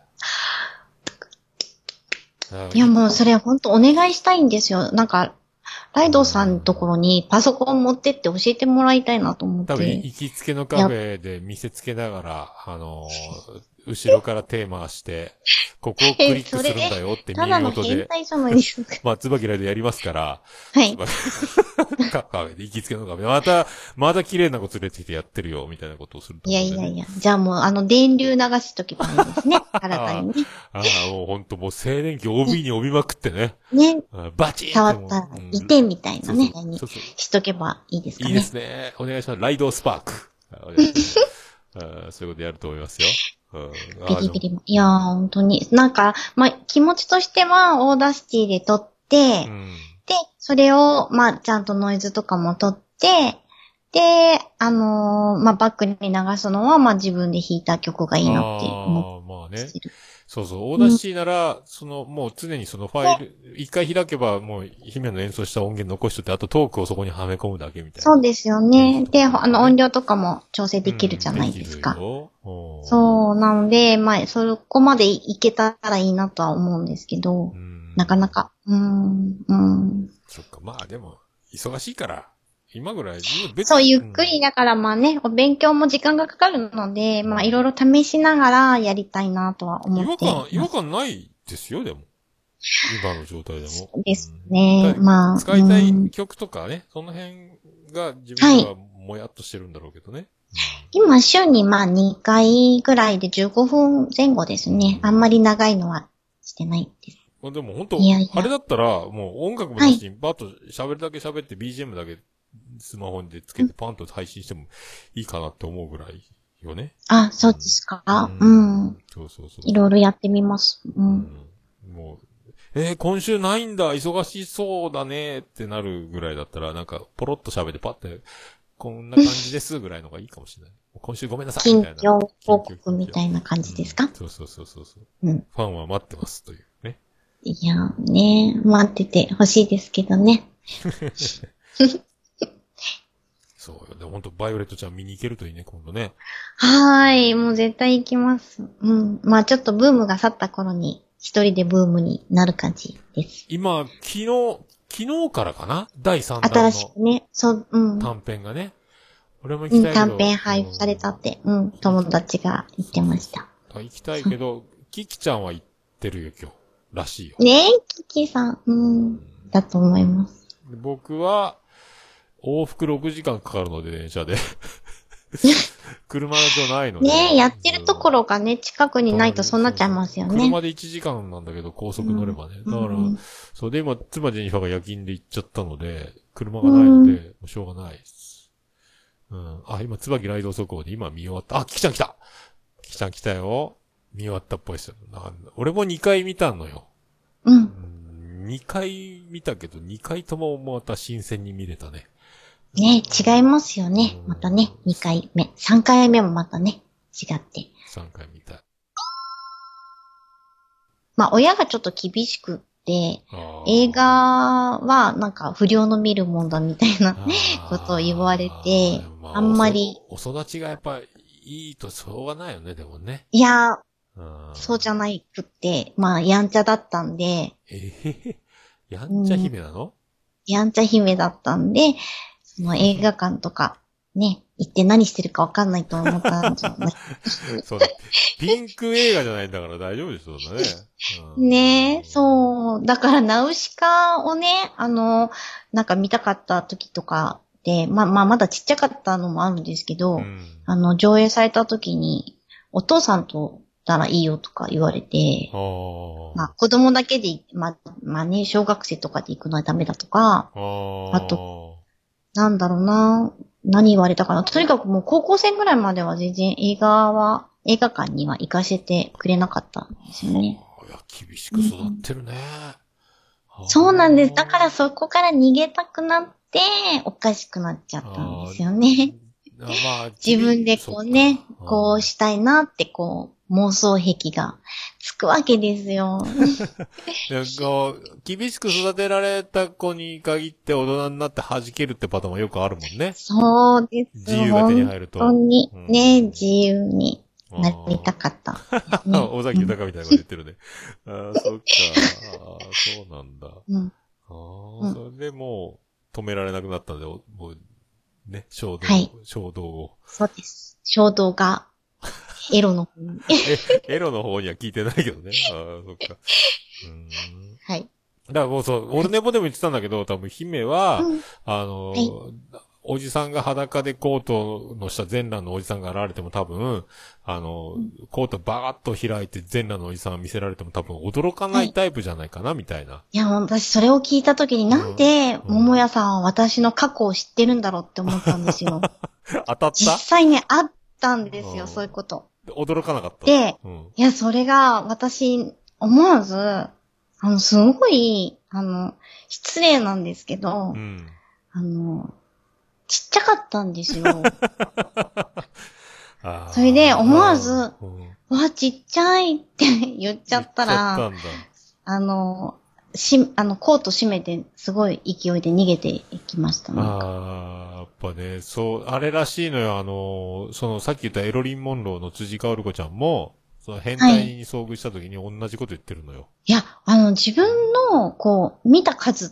いやもうそれ本当お願いしたいんですよ。なんか、ライドさんのところにパソコン持ってって教えてもらいたいなと思って。 多分、行きつけのカフェで見せつけながら、後ろから手回して、ここをクリックするんだよって見ることで。 変態じゃないですか。 まあ、椿ライドやりますから。 はい。 カフェで行きつけのカフェ。また綺麗な子連れてきてやってるよ、みたいなことをすると、ね。 いや。じゃあもう、電流流しとけばいいですね。体にね。 もうほんともう静電気 OB に帯びまくってね。 ね。 バチン触ったら、いてみたいなね。 そうしとけばいいですかね。 いいですね。お願いします。ライドスパーク。そういうことやると思いますよ。 ビリビリも。いやー、本当に。なんか、まあ、気持ちとしては、オーダーシティで撮って、で、それを、まあ、ちゃんとノイズとかも撮って、で、まあ、バックに流すのは、まあ、自分で弾いた曲がいいなって思って。 まあね。そうそう。オーダーシティなら、もう常にそのファイル、一回開けば、もう、姫の演奏した音源残しとって、あとトークをそこにはめ込むだけみたいな。 そうですよね。で、音量とかも調整できるじゃないですか。そう、なので、まあ、そこまでいけたらいいなとは思うんですけど、なかなか、 そっか、まあでも、忙しいから、今ぐらい、 そう、ゆっくりだからまあね、お勉強も時間がかかるので、まあいろいろ試しながらやりたいなとは思って。 違和感ないですよ、でも。今の状態でも。 そうですね、まあ。 使いたい曲とかね、その辺が自分ではもやっとしてるんだろうけどね。 今週にまあ2回ぐらいで15分前後ですね。あんまり長いのはしてないです。 でも本当あれだったら、もう音楽も出し、バーッと喋るだけ喋って BGM だけスマホでつけてパンと配信してもいいかなって思うぐらいよね。 あ、そうですか。 そう。 いろいろやってみます。 もう、今週ないんだ、忙しそうだねってなるぐらいだったら、なんか、ポロッと喋ってパッて、こんな感じですぐらいのがいいかもしれない。今週ごめんなさいみたいな。 近況報告みたいな感じですか？ そう。ファンは待ってますというね。 いや、ね、待っててほしいですけどね。 そうよね。ほんと、バイオレットちゃん見に行けるといいね、今度ね。 もう絶対行きます。まあちょっとブームが去った頃に、一人でブームになる感じです。 今、昨日からかな第3弾の。 新しくね、 短編がね。俺も行きたいけど。 短編配布されたって、友達が言ってました。 行きたいけど、キキちゃんは行ってるよ、今日。らしいよ。 ねえ、キキさん、だと思います。 僕は、往復6時間かかるので、電車で。車じゃないので。 ねえ、やってるところがね、近くにないとそうなっちゃいますよね。 車で1時間なんだけど、高速乗ればね。だから、そうで、今、妻ジェニファーが夜勤で行っちゃったので、車がないので、もうしょうがないです。今、椿ライド走行で今見終わった。キキちゃん来たキキちゃん来たよ。見終わったっぽいですよ。俺も2回見たのよ。2回見たけど、2回ともまた新鮮に見れたね。 ね違いますよね。またね、2回目。3回目もまたね、違って。 3回見たい。 まあ、親がちょっと厳しくって、映画はなんか不良の見るもんだみたいなことを言われて、あんまり。 お育ちがやっぱいいとしょうがないよね、でもね。 いや、そうじゃないくって、まあ、やんちゃだったんで。 やんちゃ姫なの？ やんちゃ姫だったんで、その映画館とか、ね、行って何してるかわかんないと思ったんじゃないそうだ。ピンク映画じゃないんだから大丈夫でしょうね。 ねえ、そう。だからナウシカをね、なんか見たかった時とかで、まだちっちゃかったのもあるんですけど、上映された時に、お父さんとたらいいよとか言われて、まあ子供だけで、まあね、小学生とかで行くのはダメだとか、あと、なんだろうな、何言われたかな。とにかくもう高校生ぐらいまでは全然映画館には行かせてくれなかったんですよね。 いや、厳しく育ってるね。 そうなんです。だからそこから逃げたくなって、おかしくなっちゃったんですよね。 まあ、 自分でこうね、こうしたいなってこう、妄想癖がつくわけですよ。 厳しく育てられた子に限って大人になって弾けるってパターンもよくあるもんね。 そうです。 自由が手に入ると。 本当にね、自由になりたかったですね。 尾崎豊みたいなこと言ってるね。ああ、そっか。ああ、そうなんだ。ああ、それでもう止められなくなったんで、もう、ね、衝動を。 そうです。衝動が、エロの方に。 エロの方には聞いてないけどね。ああ、そっか。 はい。 だからもうそう、オルネポでも言ってたんだけど、多分姫は、おじさんが裸でコートの下全裸のおじさんが現れても多分、コートバーッと開いて全裸のおじさんが見せられても多分驚かないタイプじゃないかな、みたいな。 いや、私それを聞いたときになんで、桃屋さんは私の過去を知ってるんだろうって思ったんですよ。 当たった実際ね、あったんですよ、そういうこと。 驚かなかった。 で、いや、それが私、思わず、すごい、失礼なんですけど、ちっちゃかったんですよ。それで思わず、わ、ちっちゃいって言っちゃったら、コート閉めて、すごい勢いで逃げていきました。 やっぱね、そう、あれらしいのよ、さっき言ったエロリン・モンローの辻香織子ちゃんも、その変態に遭遇した時に同じこと言ってるのよ。 いや、自分の、見た数って、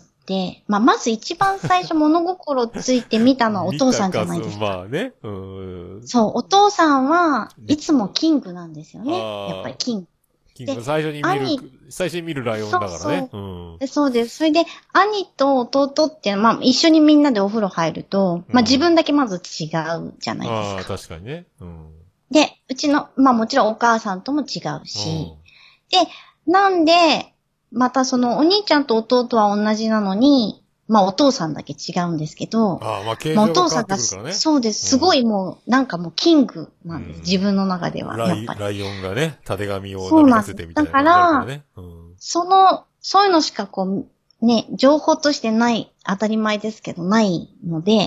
まず一番最初物心ついて見たのはお父さんじゃないですか。 まあね。 そう、お父さんはいつもキングなんですよね。やっぱりキング。 最初に見るライオンだからね。 そうです。それで、兄と弟って、一緒にみんなでお風呂入ると、自分だけまず違うじゃないですか。 確かにね。 で、うちの、もちろんお母さんとも違うし、で、なんで、またそのお兄ちゃんと弟は同じなのに、お父さんだけ違うんですけど、 お父さんが、 そうです。すごいもう、なんかもうキングなんです。自分の中では。やっぱり。 ライオンがね、たてがみを伸びさせてみたいな。 だから、そういうのしかね、情報としてない、当たり前ですけど、ないので、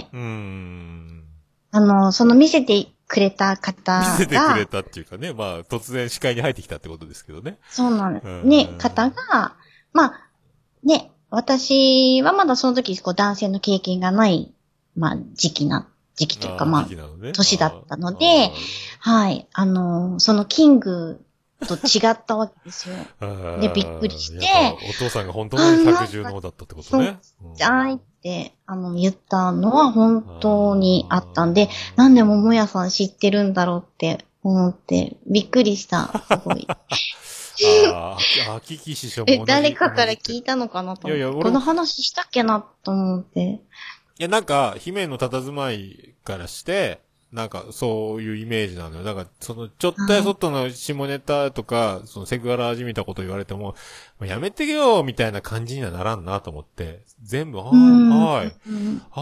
その見せてくれた方が。 見せてくれたっていうかね、突然視界に入ってきたってことですけどね。 そうなんです。ね、方が、ね、私はまだその時、男性の経験がない、時期というか、年だったので、はい、そのキングと違ったわけですよ。で、びっくりして、 お父さんが本当に百獣の王だったってことね。 じゃーいって、言ったのは本当にあったんで、なんで桃屋さん知ってるんだろうって思って、びっくりした、すごい。 キキ師匠も誰かから聞いたのかなと思って。この話したっけなと思って。 いや、なんか、姫の佇まいからして、なんか、そういうイメージなのよ。なんか、ちょっとやそっとの下ネタとか、セクハラ始めたこと言われても、やめてよみたいな感じにはならんなと思って、全部、はい。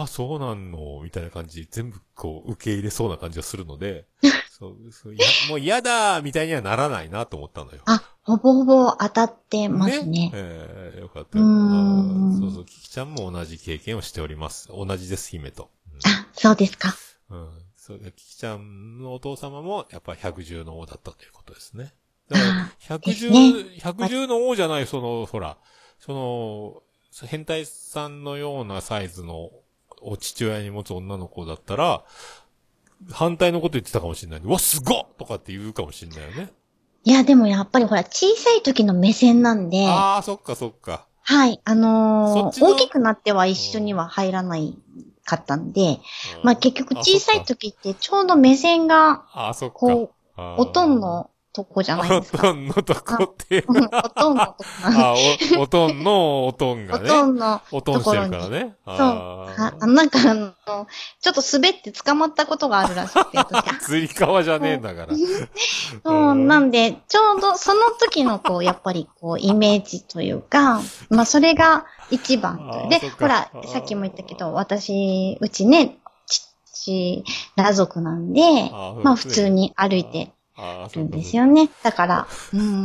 そうなんのみたいな感じ、全部受け入れそうな感じがするので、もう嫌だみたいにはならないなと思ったのよ。 ほぼほぼ当たってますね。 よかった。そう、キキちゃんも同じ経験をしております。同じです、姫と。 そうですか。 キキちゃんのお父様も、やっぱり百獣の王だったということですね。だから、百獣の王じゃない、ほら、変態さんのようなサイズのお父親に持つ女の子だったら、反対のこと言ってたかもしれない。うわ、すごっとかって言うかもしれないよね。 いや、でもやっぱりほら、小さい時の目線なんで。 そっかそっか。 はい。大きくなっては一緒には入らないかったんで、結局小さい時ってちょうど目線が、おとんのとこじゃないですか。 おとんのとこっていう。 おとんのとこ。 おとんのおとんがね。 おとんの。 おとんしてるからね。 そう。なんかちょっと滑って捕まったことがあるらしくて、 釣り革じゃねえんだから。 そう、なんで、ちょうどその時のやっぱりイメージというか、それが一番。で、ほら、さっきも言ったけど、うちね、父、裸族なんで、普通に歩いてるんですよね。だから、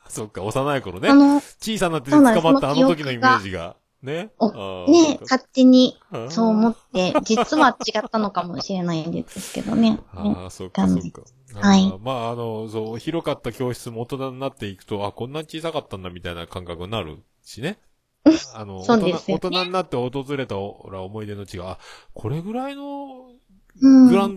そっか、幼い頃ね。 あの、 小さな手でそうなんです。 捕まったあの時のイメージが。ね。 ね、勝手にそう思あって、実は違ったのかもしれないんですけどね。 あ、そっか感じ。 そっか。 はい。 まあ、そう、広かった教室も大人になっていくと、あ、こんな小さかったんだみたいな感覚になるしね。 そうです大よね。 人になって訪れた思い出の地が、あ、これぐらいのうん。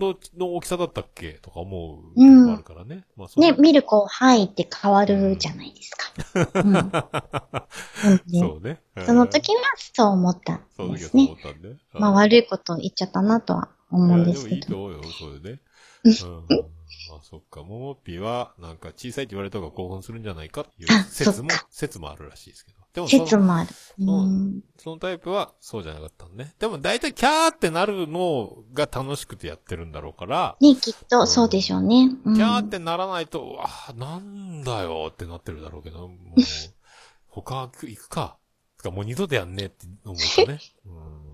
グラウンドの大きさだったっけとか思うう時もあん。 るからね。まあ、 ね、見るこう範囲って変わうん。 るじゃないですか。うん。なので、 そうね。 その時はそう思ったんその時はそう思ですね。 ったんで。 まあ悪いこと言っちゃったなとは思うんいや、でもですけど。 いいと思うよ、それで。うん。まあ、そっか。ももっぴは、なんか小さいって言われた方が興奮するんじゃないかっていうあ、そっか。 説もあるらしいですけど。でも説もある。うその、 ん。 そのタイプはそうじゃなかったのね。でも大体キャーってなるのが楽しくてやってるんだろうから、 ね、きっとうん。 そうでしょうね。うキャーっん。 てならないと、うわなんだよってなってるだろうけど、もう、他行くか。つかもう二度とやんねえって思うかね。うん。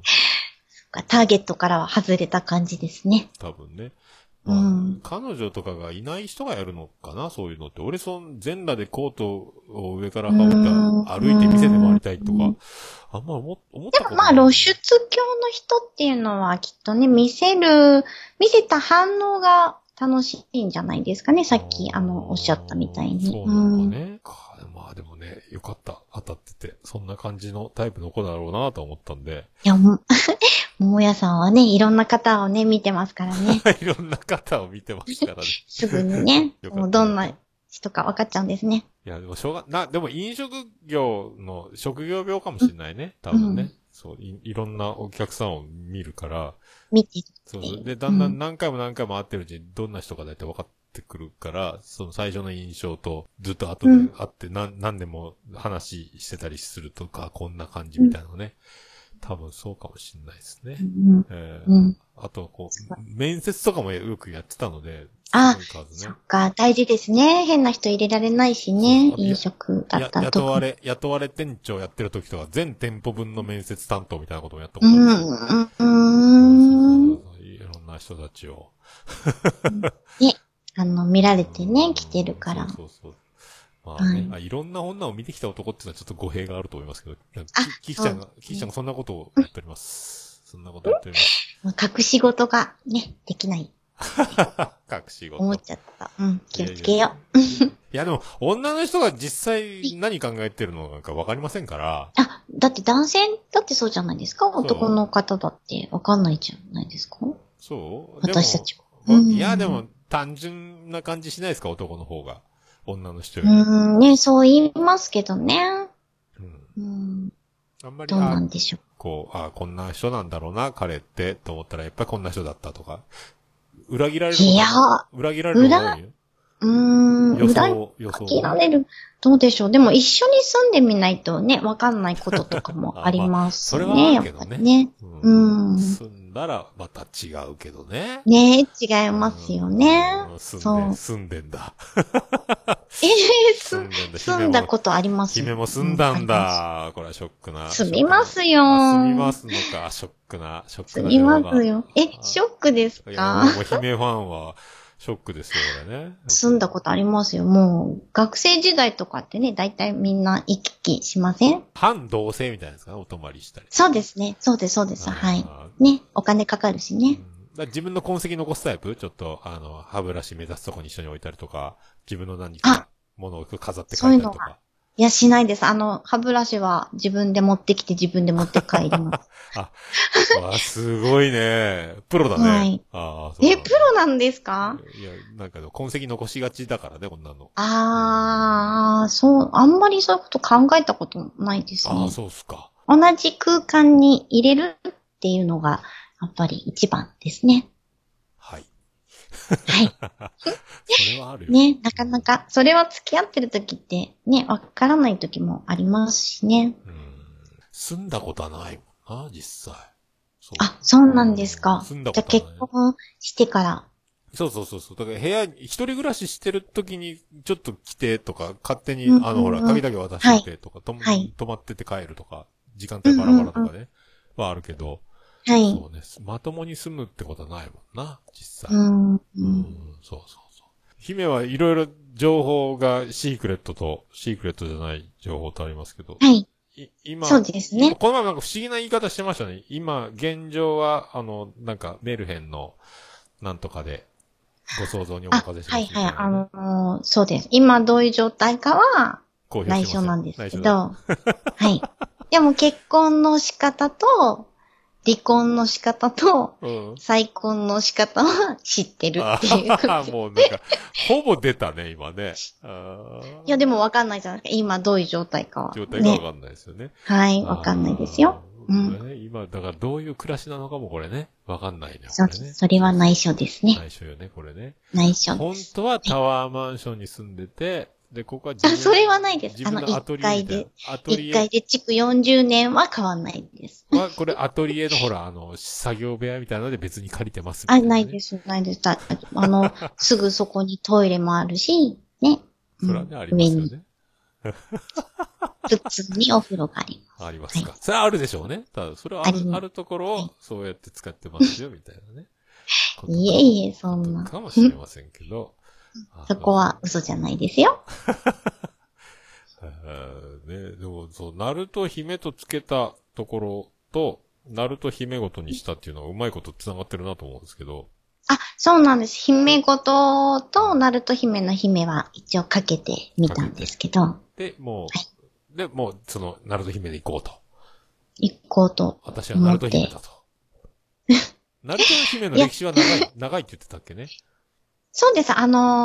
ターゲットからは外れた感じですね。 多分ね。 うまあ、 ん。 彼女とかがいない人がやるのかな、そういうのって。俺、全裸でコートを上から羽織って歩いて店で回りたいとか、あんま思ったことまあ、露ないね。 出狂の人っていうのはきっとね、見せた反応が楽しいんじゃないですかね。さっき、おっしゃったみたいに。 そうなのかうん。いね。まあでもね、よかった。当たってて。そんな感じのタイプの子だろうなと思ったんで。 や、もやさんはね、いろんな方をね、見てますからね。 いろんな方を見てますからね。 すぐにね、 よかったよ。 もうどんな人か分かっちゃうんですね。 いや、でもでも飲食業の職業病かもしれないね。多分ね。 うん。 そう、いろんなお客さんを見るから、 見てるそうそう。 っていう。 で、だんだんうん。 何回も何回も会ってるうちにどんな人か大体分かってくるから、その最初の印象とずっと後でうん。 会って何年も話してたりするとか、こんな感じみたいなのね。多分そうかもしれないですね。 うん。うん。 あと、面接とかもよくやってたので、すあ、 ごい数ね。 そっか、大事ですね。変な人入れられないしそうそう。 ね。飲食だったら特に。 雇われ店長やってる時とか、全店舗分の面接担当みたいなこともやったうことあるし。 ん、 そうそうそううん。 そう。いろんな人たちを。 ね、見られてね、来てるかそうら。 そうそう。まあね、 はい。 いろんな女を見てきた男っていうのはちょっと語弊があると思いますけど、 あ、そうでキキちゃんすね。 がそんなことをやっております。そんなことやっております。 隠し事がね、できない。 隠し事。 思っちゃった。うん、気をいやいや。 つけよう。 いやでも、女の人が実際何考えてるのかわかりませんから。 あ、だって男性だってそうじゃないですか。男そうの方だってわかんないじゃないですか。 そうでも、 私たちは。ういやでん。 も、単純な感じしないですか男の方が。女の人より。 うん、ね、そう言いますけどね。 うん。 うん。 あんまり、 どうなんでしょこんな人なんだろうな、彼って、と思ったら、やっぱりこんな人だったとか。裏切られう。いやることも、裏切られるのが多いよ。 裏予想切られる。どうでしょう。でも一緒に住んでみないとね、わかんないこととかもありまあ、 ますそれはあね、やっるけどね。 ぱりね。うん。 住んだらまた違うけどね。 ね違いますよね。そう。 住んでんだ。 ええ住んでんだ。 住んだことありますよ。 姫も住んうん、 だんあります。 だ。これはショックな。 住みますよ。 住みますのか。ショックな住みま情報が。 すよ。ショックですいや、 か？ 俺も姫ファンは、ショックですよ、これね。 住んだことありますよ。もう、学生時代とかってね、だいたいみんな行き来しません？ 反同性みたいなですかね、お泊まりしたり。 そうですね。そうです、そうです。はい。 あね、お金かかるしね。 自分の痕跡残すタイプちょっと、歯ブラシ目指すとこに一緒に置いたりとか、自分の何あ、 か、ものを飾ってそういうのは。 帰ったりとか。 いや、しないです。歯ブラシは自分で持ってきて自分で持って帰ります。 あ、すごいね。プロだね。 はい。 ああ、そうなんだ。 プロなんですか？ いや、なんか痕跡残しがちだからね、こんなの。 あんまりそういうこと考えたことないですああ、 ね。 そうっすか。 同じ空間に入れるっていうのが、やっぱり一番ですね。 はい。 はい。 それはあるよ。 ね、なかなか、それは付き合ってる時って、ね、わからない時もありますしね。 住んだことはないもんな、実際。 そうなんですか。 住んだじゃあことはない。 結婚してから。 そう。だから部屋、一人暮らししてる時に、ちょっと来てとか、勝手に、ほら、鍵だけ渡しててとか、泊まってて帰るとか、時間帯バラバラとかね、はあるけど、 はい。 そうね、まともに住むってことはないもんな、実際。 そう。 姫はいろいろ情報がシークレットじゃない情報とありますけど。 はい。 今、 そうですね。 この前なんか不思議な言い方してましたね。今、現状は、なんか、メルヘンの、なんとかで、ご想像にお任せします、ね。 はいはい、そうです。今どういう状態かは、内緒なんですけど、はい。でも結婚の仕方と、離婚の仕方と、再婚の仕方は知ってるっていう。 もうなんか、ほぼ出たね、今ね。 いや、でもわかんないじゃないですか。今どういう状態かは、ね。 状態がわかんないですよね。 はい、わかんないですよ。 今、だからどういう暮らしなのかもこれね、わかんないね。 そうです。それは内緒ですね。 内緒よね、これね。 内緒です。 本当はタワーマンションに住んでて、で、ここはそれはないです。 1階で築40年は変わんないです。 これアトリエのほら、作業部屋みたいなので別に借りてますみたいな、ね。 ないです、ないです。すぐそこにトイレもあるし、ね。 それはね、ありますよね。 普通にお風呂があります。 ありますか。はい、それはあるでしょうね。ただ、それはあるところを、そうやって使ってますよ、みたいなね。 いえいえ、そんな。 かもしれませんけど。 そこは嘘じゃないですよ。 ね、でも、そう、ナルト姫とつけたところと、ナルト姫ごとにしたっていうのはうまいこと繋がってるなと思うんですけど。 そうなんです。姫ごととナルト姫の姫は一応かけてみたんですけど。 で、もう、その、ナルト姫で行こうと。 行こうと。 私はナルト姫だと。ナルト姫の歴史は長いって言ってたっけね。 そうです。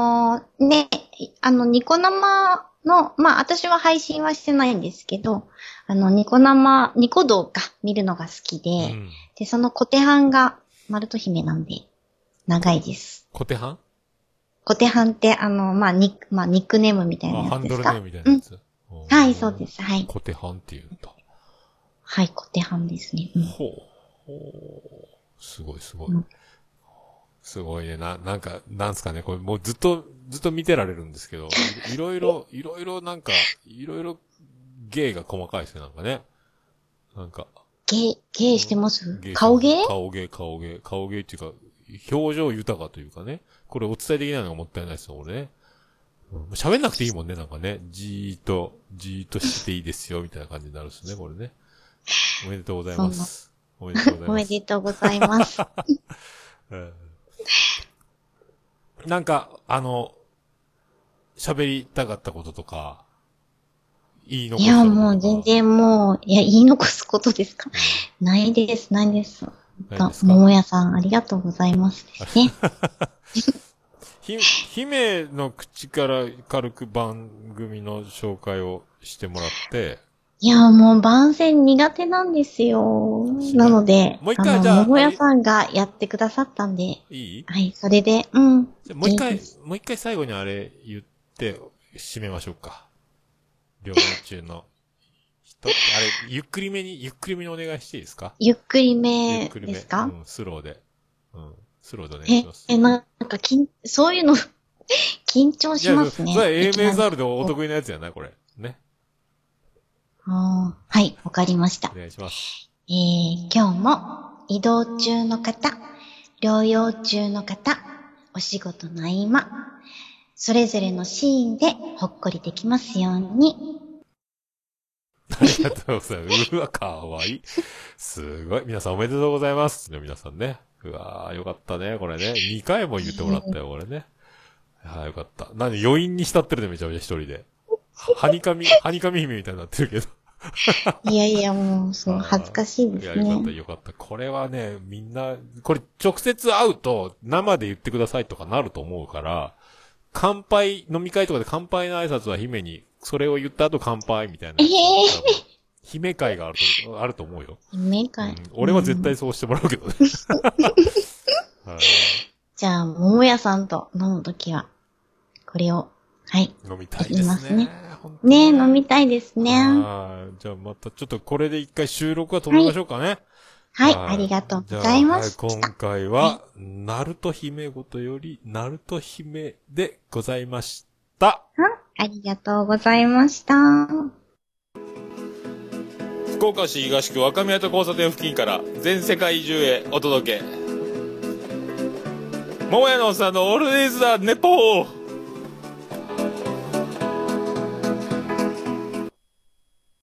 ニコ生の、私は配信はしてないんですけど、ニコ動か見るのが好きで、で、そのコテハンがナルト姫なんで、長いです。 コテハンって、ニックネームみたいなやつですか？ ハンドルネームみたいなやつ。 はい、そうです。はい。 コテハンって言うんだ。 はい、コテハンですね。 ほう。すごい。すごいね。なんか、なんすかね。これもうずっと見てられるんですけど、いろいろ芸が細かいですね、なんかね。なんか。 芸してます？顔芸顔芸っていうか、表情豊かというかね。これお伝えできないのがもったいないですよ、俺ね。喋んなくていいもんね、なんかね。じーっとしていいですよ、みたいな感じになるんですね、これね。おめでとうございます。 おめでとうございます。 なんか、喋りたかったこととか、言い残すこととか。 いや、もう全然言い残すことですか？ないです。桃屋さん、ありがとうございますですね。 姫の口から軽く番組の紹介をしてもらって、 いや、もう番宣苦手なんですよ。なので、 もう一回じゃあ、 桃屋さんがやってくださったんで。 いい？ はい、それで、 もう一回最後にあれ言って締めましょうか。両面中の人。あれ、ゆっくりめにお願いしていいですか？ ゆっくりめですか？ スローで。スローでお願いします。 なんかそういうの、緊張しますね。 それは AMSR でお得意なやつやな、これ。ね。 はい、わかりました。 お願いします。 今日も移動中の方、療養中の方、お仕事の合間、それぞれのシーンでほっこりできますように。 ありがとうございます。うわ、かわいい。すごい。皆さんおめでとうございます。皆さんね。うわー、よかったね、これね。2回も言ってもらったよ、これね。よかった。余韻に浸ってるね、めちゃめちゃ一人で。はにかみ姫みたいになってるけど。 いや、もう、恥ずかしいですね。 よかった。これはね、みんな、これ直接会うと生で言ってくださいとかなると思うから、飲み会とかで乾杯の挨拶は姫に、それを言った後乾杯みたいな。姫会があると思うよ。 姫会、 俺は絶対そうしてもらうけどね。 じゃあ、桃屋さんと飲むときは、これを、はい。 飲みたいですね。 ね、飲みたいですね。 じゃあまたちょっとこれで一回収録は止めましょうかね。 はい、ありがとうございます。 今回は、ナルト姫ごとより、ナルト姫でございました。 ありがとうございました。 福岡市東区若宮と交差点付近から全世界中へお届け。桃屋のおっさんのオールディーズ・ザ・ネポー